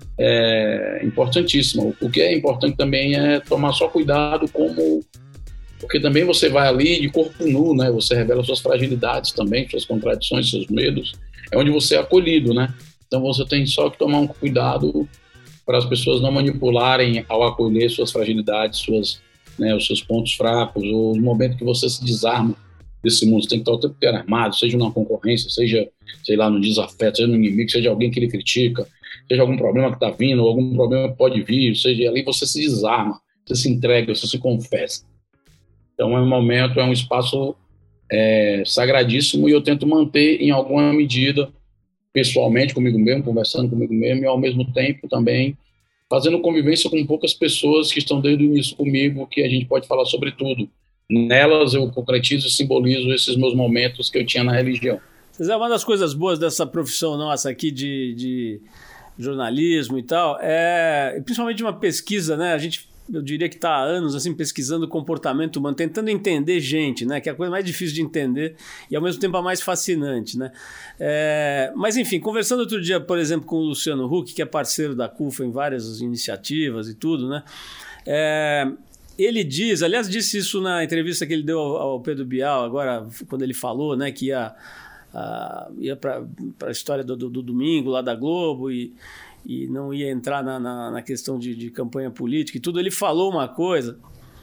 é importantíssimo. O que é importante também é tomar só cuidado como... Porque também você vai ali de corpo nu, né? Você revela suas fragilidades também, suas contradições, seus medos. É onde você é acolhido, né? Então você tem só que tomar um cuidado para as pessoas não manipularem ao acolher suas fragilidades, suas, né, os seus pontos fracos, ou no momento que você se desarma desse mundo. Você tem que estar o tempo inteiro armado, seja numa concorrência, seja, sei lá, no desafeto, seja no inimigo, seja alguém que ele critica, seja algum problema que está vindo, ou algum problema que pode vir, seja ali você se desarma, você se entrega, você se confessa. Então é um momento, é um espaço é, sagradíssimo, e eu tento manter em alguma medida, pessoalmente comigo mesmo, conversando comigo mesmo, e ao mesmo tempo também fazendo convivência com poucas pessoas que estão desde o início comigo, que a gente pode falar sobre tudo. Nelas eu concretizo e simbolizo esses meus momentos que eu tinha na religião. Zé, uma das coisas boas dessa profissão nossa aqui de, de jornalismo e tal, é principalmente uma pesquisa, né? A gente, eu diria que está há anos assim, pesquisando o comportamento humano, tentando entender gente, né? Que é a coisa mais difícil de entender e ao mesmo tempo a mais fascinante, né? É, mas enfim, conversando outro dia, por exemplo, com o Luciano Huck, que é parceiro da CUFA em várias iniciativas e tudo, né? É, ele diz, aliás, disse isso na entrevista que ele deu ao, ao Pedro Bial, agora, quando ele falou, né, que ia, a, ia para a história do, do, do domingo lá da Globo e, e não ia entrar na, na, na questão de, de campanha política e tudo. Ele falou uma coisa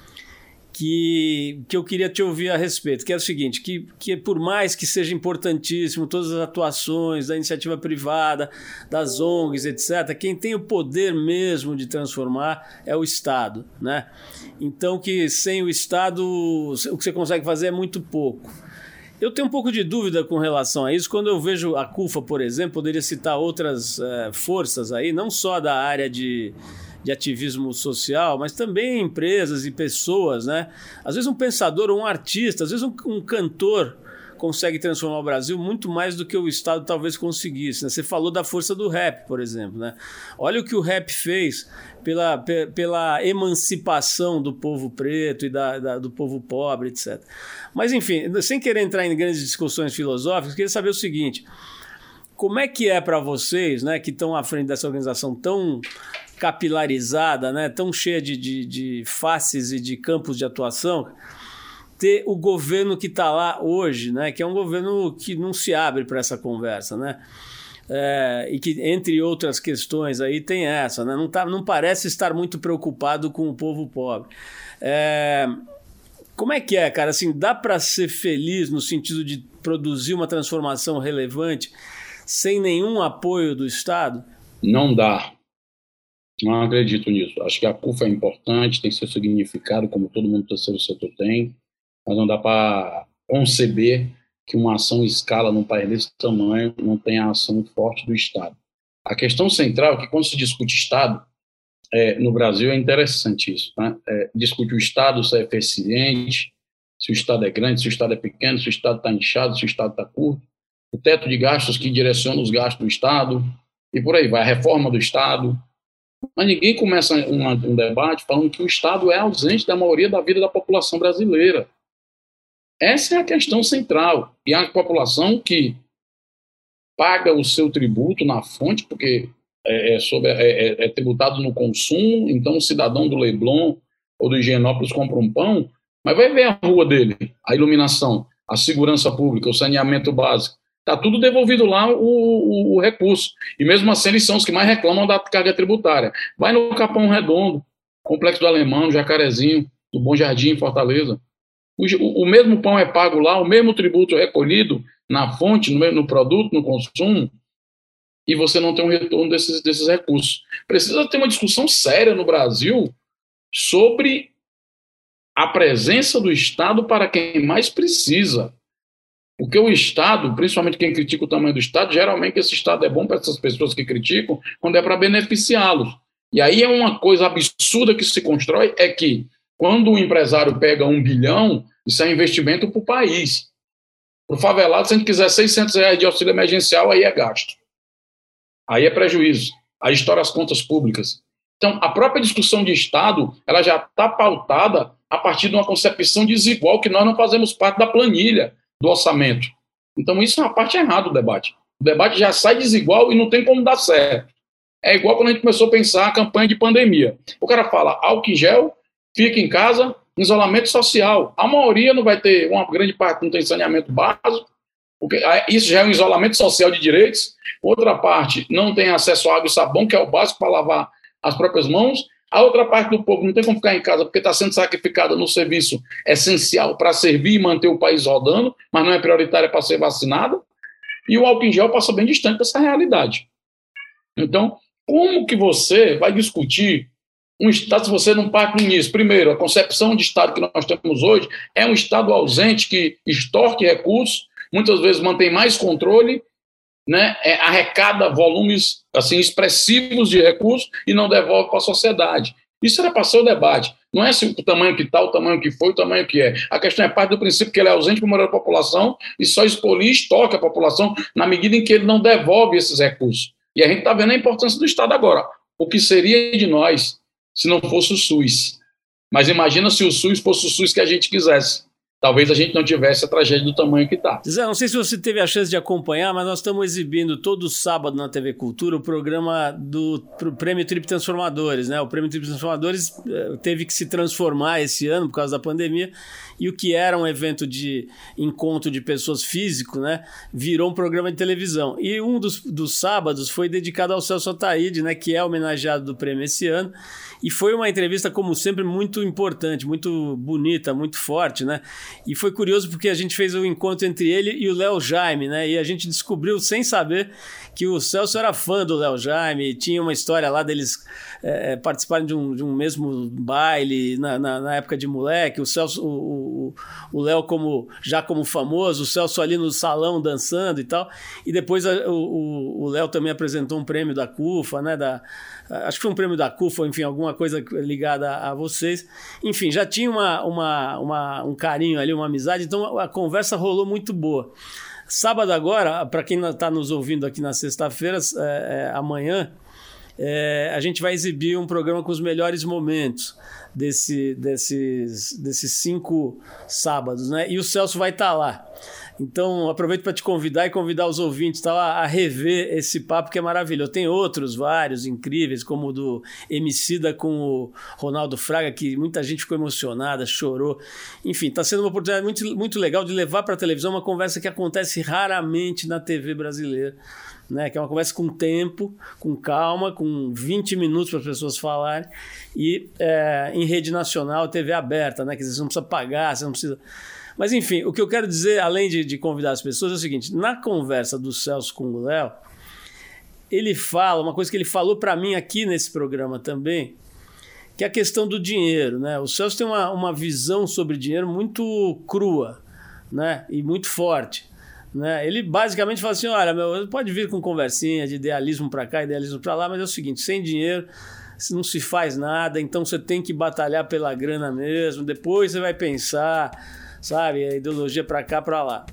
que, que eu queria te ouvir a respeito, que é o seguinte, que, que por mais que seja importantíssimo todas as atuações da iniciativa privada, das O N Gs, etcétera, quem tem o poder mesmo de transformar é o Estado, né? Então que sem o Estado o que você consegue fazer é muito pouco. Eu tenho um pouco de dúvida com relação a isso, quando eu vejo a CUFA, por exemplo, poderia citar outras é, forças aí, não só da área de... de ativismo social, mas também empresas e pessoas, né? Às vezes um pensador ou um artista, às vezes um, um cantor consegue transformar o Brasil muito mais do que o Estado talvez conseguisse, né? Você falou da força do rap, por exemplo, né? Olha o que o rap fez pela, pe, pela emancipação do povo preto e da, da, do povo pobre, etcétera. Mas, enfim, sem querer entrar em grandes discussões filosóficas, eu queria saber o seguinte, como é que é para vocês, né, que estão à frente dessa organização tão capilarizada, né, tão cheia de, de, de faces e de campos de atuação, ter o governo que está lá hoje, né, que é um governo que não se abre para essa conversa, né, é, e que, entre outras questões, aí tem essa, né, não, tá, não parece estar muito preocupado com o povo pobre. É, como é que é, cara? Assim, dá para ser feliz no sentido de produzir uma transformação relevante sem nenhum apoio do Estado? Não dá. Não acredito nisso. Acho que a CUFA é importante, tem seu significado, como todo mundo do terceiro setor tem, mas não dá para conceber que uma ação em escala num país desse tamanho não tenha a ação forte do Estado. A questão central é que quando se discute Estado, é, no Brasil é interessante isso, né? É, discute o Estado, se é eficiente, se o Estado é grande, se o Estado é pequeno, se o Estado está inchado, se o Estado está curto, o teto de gastos que direciona os gastos do Estado, e por aí vai, a reforma do Estado. Mas ninguém começa um, um debate falando que o Estado é ausente da maioria da vida da população brasileira. Essa é a questão central. E a população que paga o seu tributo na fonte, porque é, é, sobre, é, é, é tributado no consumo, então o cidadão do Leblon ou do Higienópolis compra um pão, mas vai ver a rua dele, a iluminação, a segurança pública, o saneamento básico. Está tudo devolvido lá o, o, o recurso. E mesmo assim eles são os que mais reclamam da carga tributária. Vai no Capão Redondo, Complexo do Alemão, no Jacarezinho, do Bom Jardim, em Fortaleza. O, o, o mesmo pão é pago lá, o mesmo tributo é recolhido na fonte, no, no produto, no consumo, e você não tem um retorno desses, desses recursos. Precisa ter uma discussão séria no Brasil sobre a presença do Estado para quem mais precisa. Porque o Estado, principalmente quem critica o tamanho do Estado, geralmente esse Estado é bom para essas pessoas que criticam quando é para beneficiá-los. E aí é uma coisa absurda que se constrói, é que quando o empresário pega um bilhão, isso é investimento para o país. Para o favelado, se a gente quiser seiscentos reais de auxílio emergencial, aí é gasto. Aí é prejuízo. Aí estoura as contas públicas. Então, a própria discussão de Estado, ela já está pautada a partir de uma concepção desigual, que nós não fazemos parte da planilha do orçamento. Então isso é uma parte errada do debate. O debate já sai desigual e não tem como dar certo. É igual quando a gente começou a pensar a campanha de pandemia. O cara fala álcool em gel, fica em casa, isolamento social. A maioria não vai ter, uma grande parte não tem saneamento básico, Porque isso já é um isolamento social de direitos. Outra parte não tem acesso à água e sabão, que é o básico para lavar as próprias mãos. A outra parte do povo não tem como ficar em casa porque está sendo sacrificada no serviço essencial para servir e manter o país rodando, mas não é prioritária para ser vacinada. E o álcool em gel passa bem distante dessa realidade. Então, como que você vai discutir um Estado se você não parte nisso? Primeiro, a concepção de Estado que nós temos hoje é um Estado ausente que extorque recursos, muitas vezes mantém mais controle, né, é, arrecada volumes assim, expressivos de recursos e não devolve para a sociedade. Isso era para ser o debate. Não é se o tamanho que está, o tamanho que foi, o tamanho que é. A questão é parte do princípio que ele é ausente para a maioria da população e só expolir e extorque a população na medida em que ele não devolve esses recursos. E a gente está vendo a importância do Estado agora. O que seria de nós se não fosse o SUS? Mas imagina se o SUS fosse o SUS que a gente quisesse. Talvez a gente não tivesse a tragédia do tamanho que está. Zé, não sei se você teve a chance de acompanhar, mas nós estamos exibindo todo sábado na T V Cultura o programa do Prêmio Trip Transformadores, né? O Prêmio Trip Transformadores teve que se transformar esse ano por causa da pandemia, e o que era um evento de encontro de pessoas físico, né, virou um programa de televisão. E um dos, dos sábados foi dedicado ao Celso Ataíde, né, que é homenageado do prêmio esse ano. E foi uma entrevista, como sempre, muito importante, muito bonita, muito forte, né? E foi curioso porque a gente fez um encontro entre ele e o Léo Jaime, né? E a gente descobriu, sem saber, que o Celso era fã do Léo Jaime, tinha uma história lá deles é, participarem de um, de um mesmo baile na, na, na época de moleque, o Celso, o, o Léo como, já como famoso, o Celso ali no salão dançando e tal, e depois a, o Léo também apresentou um prêmio da CUFA, né, da, acho que foi um prêmio da CUFA, enfim, alguma coisa ligada a, a vocês, enfim, já tinha uma, uma, uma, um carinho ali, uma amizade, então a conversa rolou muito boa. Sábado agora, para quem está nos ouvindo aqui na sexta-feira, é, é, amanhã, é, a gente vai exibir um programa com os melhores momentos desse, desses, desses cinco sábados, né? E o Celso vai estar tá lá. Então, aproveito para te convidar e convidar os ouvintes tá, a, a rever esse papo que é maravilhoso. Tem outros, vários, incríveis, como o do Emicida com o Ronaldo Fraga, que muita gente ficou emocionada, chorou. Enfim, está sendo uma oportunidade muito, muito legal de levar para a televisão uma conversa que acontece raramente na T V brasileira, né? Que é uma conversa com tempo, com calma, com vinte minutos para as pessoas falarem, e é, em rede nacional, T V aberta, né? Que você não precisa pagar, você não precisa... Mas, enfim, o que eu quero dizer, além de, de convidar as pessoas, é o seguinte: na conversa do Celso com o Léo, ele fala, uma coisa que ele falou para mim aqui nesse programa também, que é a questão do dinheiro, né? O Celso tem uma, uma visão sobre dinheiro muito crua, né? E muito forte, né? Ele basicamente fala assim: olha, meu, pode vir com conversinha de idealismo para cá, idealismo para lá, mas é o seguinte, sem dinheiro não se faz nada, então você tem que batalhar pela grana mesmo, depois você vai pensar... sabe, a ideologia para cá, para lá.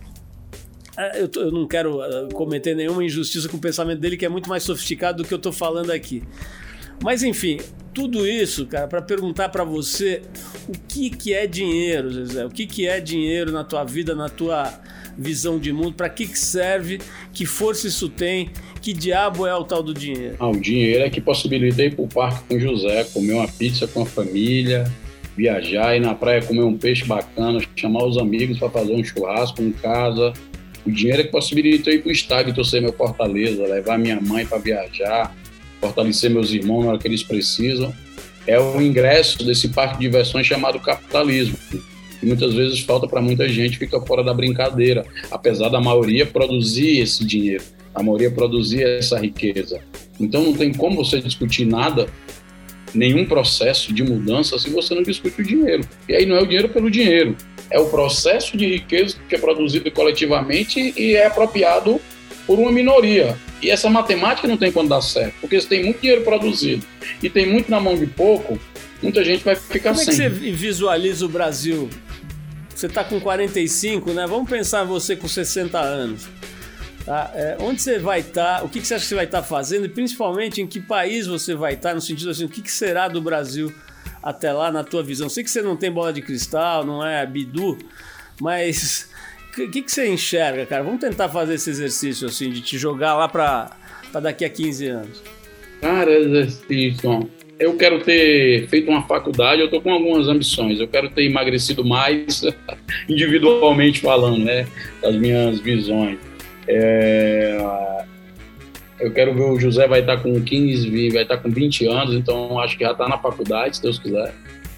Eu, tô, eu não quero cometer nenhuma injustiça com o pensamento dele, que é muito mais sofisticado do que eu estou falando aqui. Mas, enfim, tudo isso, cara, para perguntar para você o que, que é dinheiro, Zezé? O que, que é dinheiro na tua vida, na tua visão de mundo? Para que, que serve? Que força isso tem? Que diabo é o tal do dinheiro? Ah, o dinheiro é que possibilita ir para o parque com o José, comer uma pizza com a família... viajar, ir na praia, comer um peixe bacana, chamar os amigos para fazer um churrasco em casa. O dinheiro é que possibilita eu ir para o estádio, torcer meu Fortaleza, levar minha mãe para viajar, fortalecer meus irmãos na hora que eles precisam. É o ingresso desse parque de diversões chamado capitalismo. E muitas vezes falta para muita gente, fica fora da brincadeira, apesar da maioria produzir esse dinheiro, a maioria produzir essa riqueza. Então não tem como você discutir nada, nenhum processo de mudança se você não discute o dinheiro. E aí não é o dinheiro pelo dinheiro, é o processo de riqueza que é produzido coletivamente e é apropriado por uma minoria. E essa matemática não tem quando dar certo, porque se tem muito dinheiro produzido e tem muito na mão de pouco, muita gente vai ficar sem. Como é que você visualiza o Brasil? Você está com quarenta e cinco, né? Vamos pensar você com sessenta anos. Tá? É, onde você vai estar, o que, que você acha que você vai estar fazendo e principalmente em que país você vai estar, no sentido assim, o que, que será do Brasil até lá na tua visão? Sei que você não tem bola de cristal, não é bidu, mas o que, que você enxerga, cara? Vamos tentar fazer esse exercício assim, de te jogar lá para daqui a quinze anos. Cara, exercício, Eu quero ter feito uma faculdade, eu estou com algumas ambições. Eu quero ter emagrecido mais, individualmente falando, né? Das minhas visões. É... Eu quero ver o José vai estar com quinze, vai estar com vinte anos, então acho que já está na faculdade, se Deus quiser.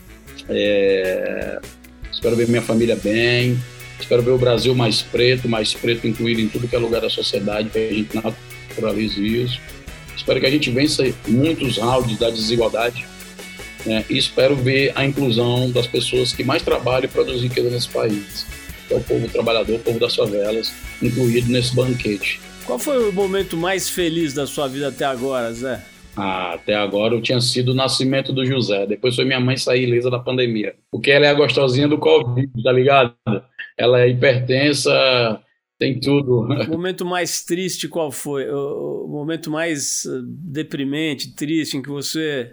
É... Espero ver minha família bem. Espero ver o Brasil mais preto, mais preto incluído em tudo que é lugar da sociedade, para a gente naturalize isso. Espero que a gente vença muitos rounds da desigualdade, né? E espero ver a inclusão das pessoas que mais trabalham e produzem riqueza nesse país, que é o povo trabalhador, o povo das favelas, incluído nesse banquete. Qual foi o momento mais feliz da sua vida até agora, Zé? Ah, até agora eu tinha sido o nascimento do José. Depois foi minha mãe sair ilesa da pandemia. Porque ela é a gostosinha do Covid, tá ligado? Ela é hipertensa, tem tudo. O momento mais triste qual foi? O momento mais deprimente, triste, em que você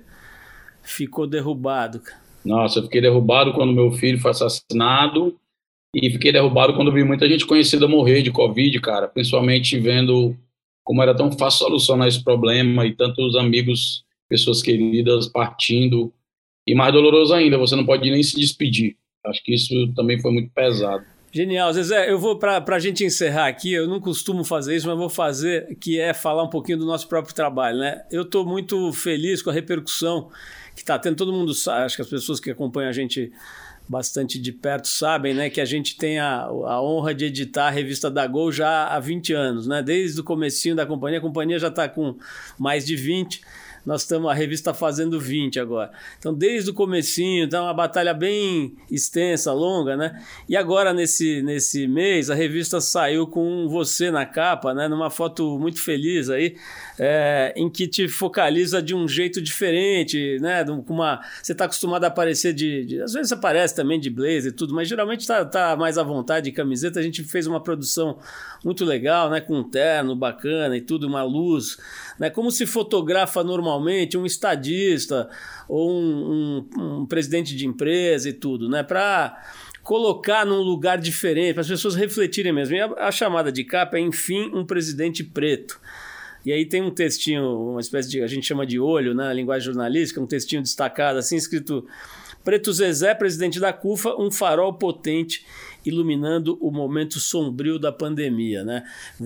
ficou derrubado? Nossa, eu fiquei derrubado quando meu filho foi assassinado e fiquei derrubado quando vi muita gente conhecida morrer de Covid, cara. Principalmente vendo como era tão fácil solucionar esse problema e tantos amigos, pessoas queridas partindo. E mais doloroso ainda, você não pode nem se despedir. Acho que isso também foi muito pesado. Genial, Zezé, eu vou para a gente encerrar aqui, eu não costumo fazer isso, mas vou fazer, que é falar um pouquinho do nosso próprio trabalho, né? Eu estou muito feliz com a repercussão que está tendo, todo mundo sabe, acho que as pessoas que acompanham a gente bastante de perto sabem, né, que a gente tem a, a honra de editar a revista da Gol já há vinte anos, né? Desde o comecinho da companhia, a companhia já está com mais de vinte. Nós estamos, a revista fazendo vinte agora. Então, desde o comecinho, então, uma batalha bem extensa, longa, né? E agora, nesse, nesse mês, a revista saiu com você na capa, né? Numa foto muito feliz aí, é, em que te focaliza de um jeito diferente, né? Com uma, você está acostumado a aparecer de, de... Às vezes aparece também de blazer e tudo, mas geralmente está tá mais à vontade de camiseta. A gente fez uma produção muito legal, né? Com um terno bacana e tudo, uma luz, né? Como se fotografa normalmente um estadista ou um, um, um presidente de empresa e tudo, né? Para colocar num lugar diferente, para as pessoas refletirem mesmo. E a, a chamada de capa é, enfim, um presidente preto. E aí tem um textinho, uma espécie de, a gente chama de olho, né? Na linguagem jornalística, um textinho destacado, assim, escrito: Preto Zezé, presidente da CUFA, um farol potente iluminando o momento sombrio da pandemia, né?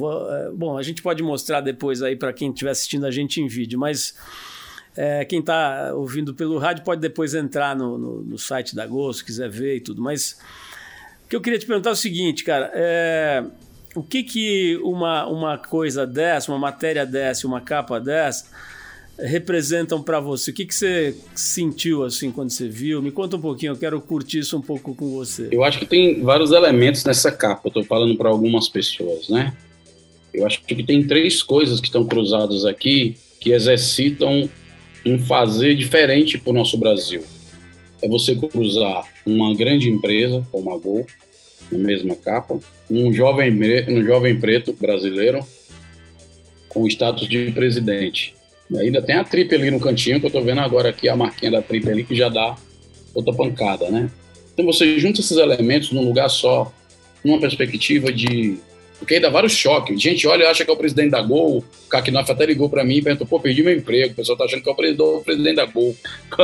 Bom, a gente pode mostrar depois aí para quem estiver assistindo a gente em vídeo, mas é, quem está ouvindo pelo rádio pode depois entrar no, no, no site da Gol, se quiser ver e tudo. Mas o que eu queria te perguntar é o seguinte, cara, é, o que que uma, uma coisa dessa, uma matéria dessa, uma capa dessa representam para você? O que, que você sentiu assim quando você viu? Me conta um pouquinho, eu quero curtir isso um pouco com você. Eu acho que tem vários elementos nessa capa, eu estou falando para algumas pessoas, né? Eu acho que tem três coisas que estão cruzadas aqui que exercitam um fazer diferente para o nosso Brasil. É você cruzar uma grande empresa, como a Gol, na mesma capa, um jovem, um jovem preto brasileiro com status de presidente. E ainda tem a tripe ali no cantinho, que eu tô vendo agora aqui, a marquinha da tripe ali, que já dá outra pancada, né? Então você junta esses elementos num lugar só, numa perspectiva de... Porque aí dá vários choques. Gente olha e acha que é o presidente da Gol, o Kakinoff até ligou para mim e perguntou, pô, perdi meu emprego, o pessoal tá achando que é o presidente da Gol.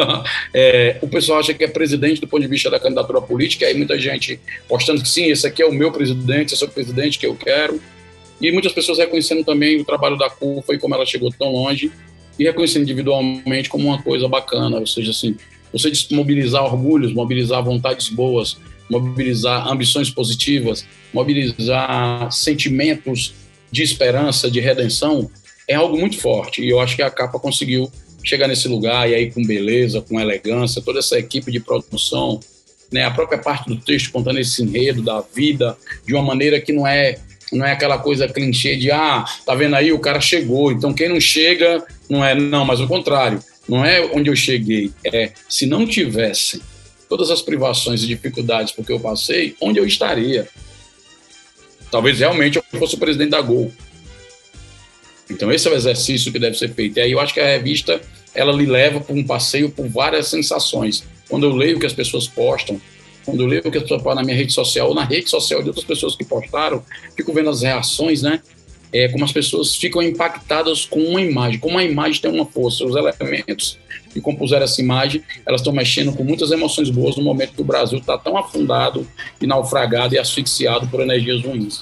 É, o pessoal acha que é presidente do ponto de vista da candidatura política, e aí muita gente postando que sim, esse aqui é o meu presidente, esse é o presidente que eu quero. E muitas pessoas reconhecendo também o trabalho da CUFA e como ela chegou tão longe, e reconhecendo individualmente como uma coisa bacana, ou seja, assim, você mobilizar orgulhos, mobilizar vontades boas, mobilizar ambições positivas, mobilizar sentimentos de esperança, de redenção, é algo muito forte, e eu acho que a capa conseguiu chegar nesse lugar, e aí com beleza, com elegância, toda essa equipe de produção, né, a própria parte do texto contando esse enredo da vida, de uma maneira que não é Não é aquela coisa clichê de, ah, tá vendo aí, o cara chegou, então quem não chega, não é, não, mas o contrário, não é onde eu cheguei, é, se não tivesse todas as privações e dificuldades porque eu passei, onde eu estaria? Talvez realmente eu fosse o presidente da Gol. Então esse é o exercício que deve ser feito, e aí eu acho que a revista, ela lhe leva por um passeio por várias sensações. Quando eu leio o que as pessoas postam, quando eu leio o que as pessoas falam na minha rede social, ou na rede social de outras pessoas que postaram, fico vendo as reações, né? é, como as pessoas ficam impactadas com uma imagem, como a imagem tem uma força, os elementos que compuseram essa imagem, elas estão mexendo com muitas emoções boas no momento que o Brasil está tão afundado e naufragado e asfixiado por energias ruins.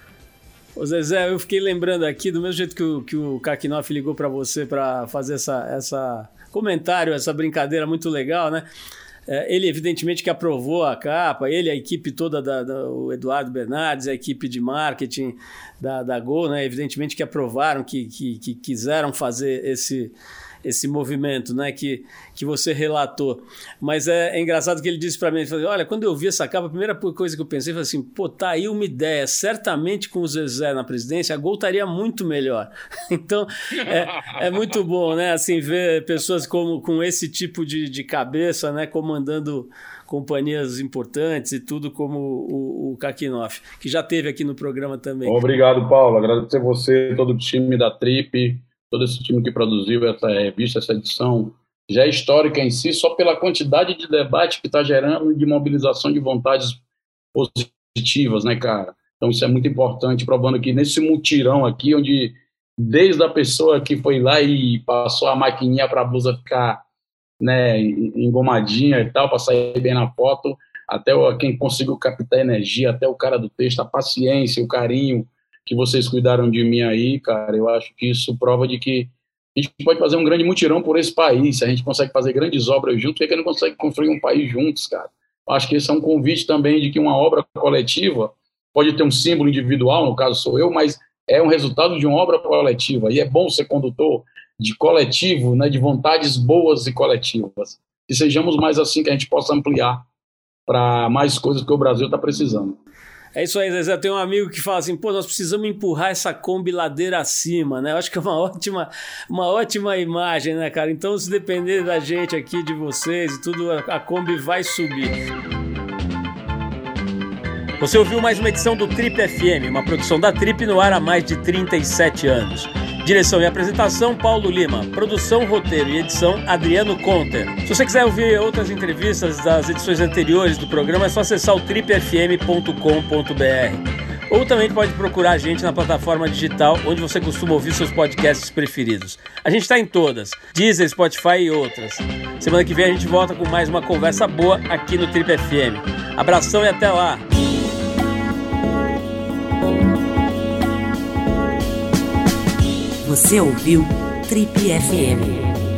Ô Zezé, eu fiquei lembrando aqui, do mesmo jeito que o, que o Kakinoff ligou para você para fazer essa, essa comentário, essa brincadeira muito legal, né? É, ele evidentemente que aprovou a capa, ele, a equipe toda, da, da, o Eduardo Bernardes, a equipe de marketing da, da Gol, né? Evidentemente que aprovaram, que, que, que quiseram fazer esse... esse movimento, né, que, que você relatou. Mas é, é engraçado que ele disse para mim, ele falou, olha, quando eu vi essa capa, a primeira coisa que eu pensei foi assim, pô, tá aí uma ideia, certamente com o Zezé na presidência, a Gol estaria muito melhor. Então, é, é muito bom, né, assim, ver pessoas como, com esse tipo de, de cabeça, né, comandando companhias importantes e tudo, como o, o Kakinoff, que já teve aqui no programa também. Obrigado, Paulo, agradecer você, todo o time da Trip, todo esse time que produziu essa revista, essa edição, já é histórica em si, só pela quantidade de debate que está gerando e de mobilização de vontades positivas, né, cara? Então isso é muito importante, provando que nesse mutirão aqui, onde desde a pessoa que foi lá e passou a maquininha para a blusa ficar, né, engomadinha e tal, para sair bem na foto, até quem conseguiu captar energia, até o cara do texto, a paciência, o carinho, que vocês cuidaram de mim aí, cara, eu acho que isso prova de que a gente pode fazer um grande mutirão por esse país, se a gente consegue fazer grandes obras juntos, por que a gente não consegue construir um país juntos, cara? Eu acho que esse é um convite também de que uma obra coletiva pode ter um símbolo individual, no caso sou eu, mas é um resultado de uma obra coletiva, e é bom ser condutor de coletivo, né, de vontades boas e coletivas, que sejamos mais assim, que a gente possa ampliar para mais coisas que o Brasil está precisando. É isso aí, Zezé. Tem um amigo que fala assim, pô, nós precisamos empurrar essa Kombi ladeira acima, né? Eu acho que é uma ótima, uma ótima imagem, né, cara? Então, se depender da gente aqui, de vocês e tudo, a Kombi vai subir. Você ouviu mais uma edição do Trip F M, uma produção da Trip no ar há mais de trinta e sete anos. Direção e apresentação, Paulo Lima. Produção, roteiro e edição, Adriano Conter. Se você quiser ouvir outras entrevistas das edições anteriores do programa, é só acessar o trip f m ponto com ponto b r. Ou também pode procurar a gente na plataforma digital onde você costuma ouvir seus podcasts preferidos. A gente está em todas, Deezer, Spotify e outras. Semana que vem a gente volta com mais uma conversa boa aqui no Trip F M. Abração e até lá! Você ouviu Trip F M.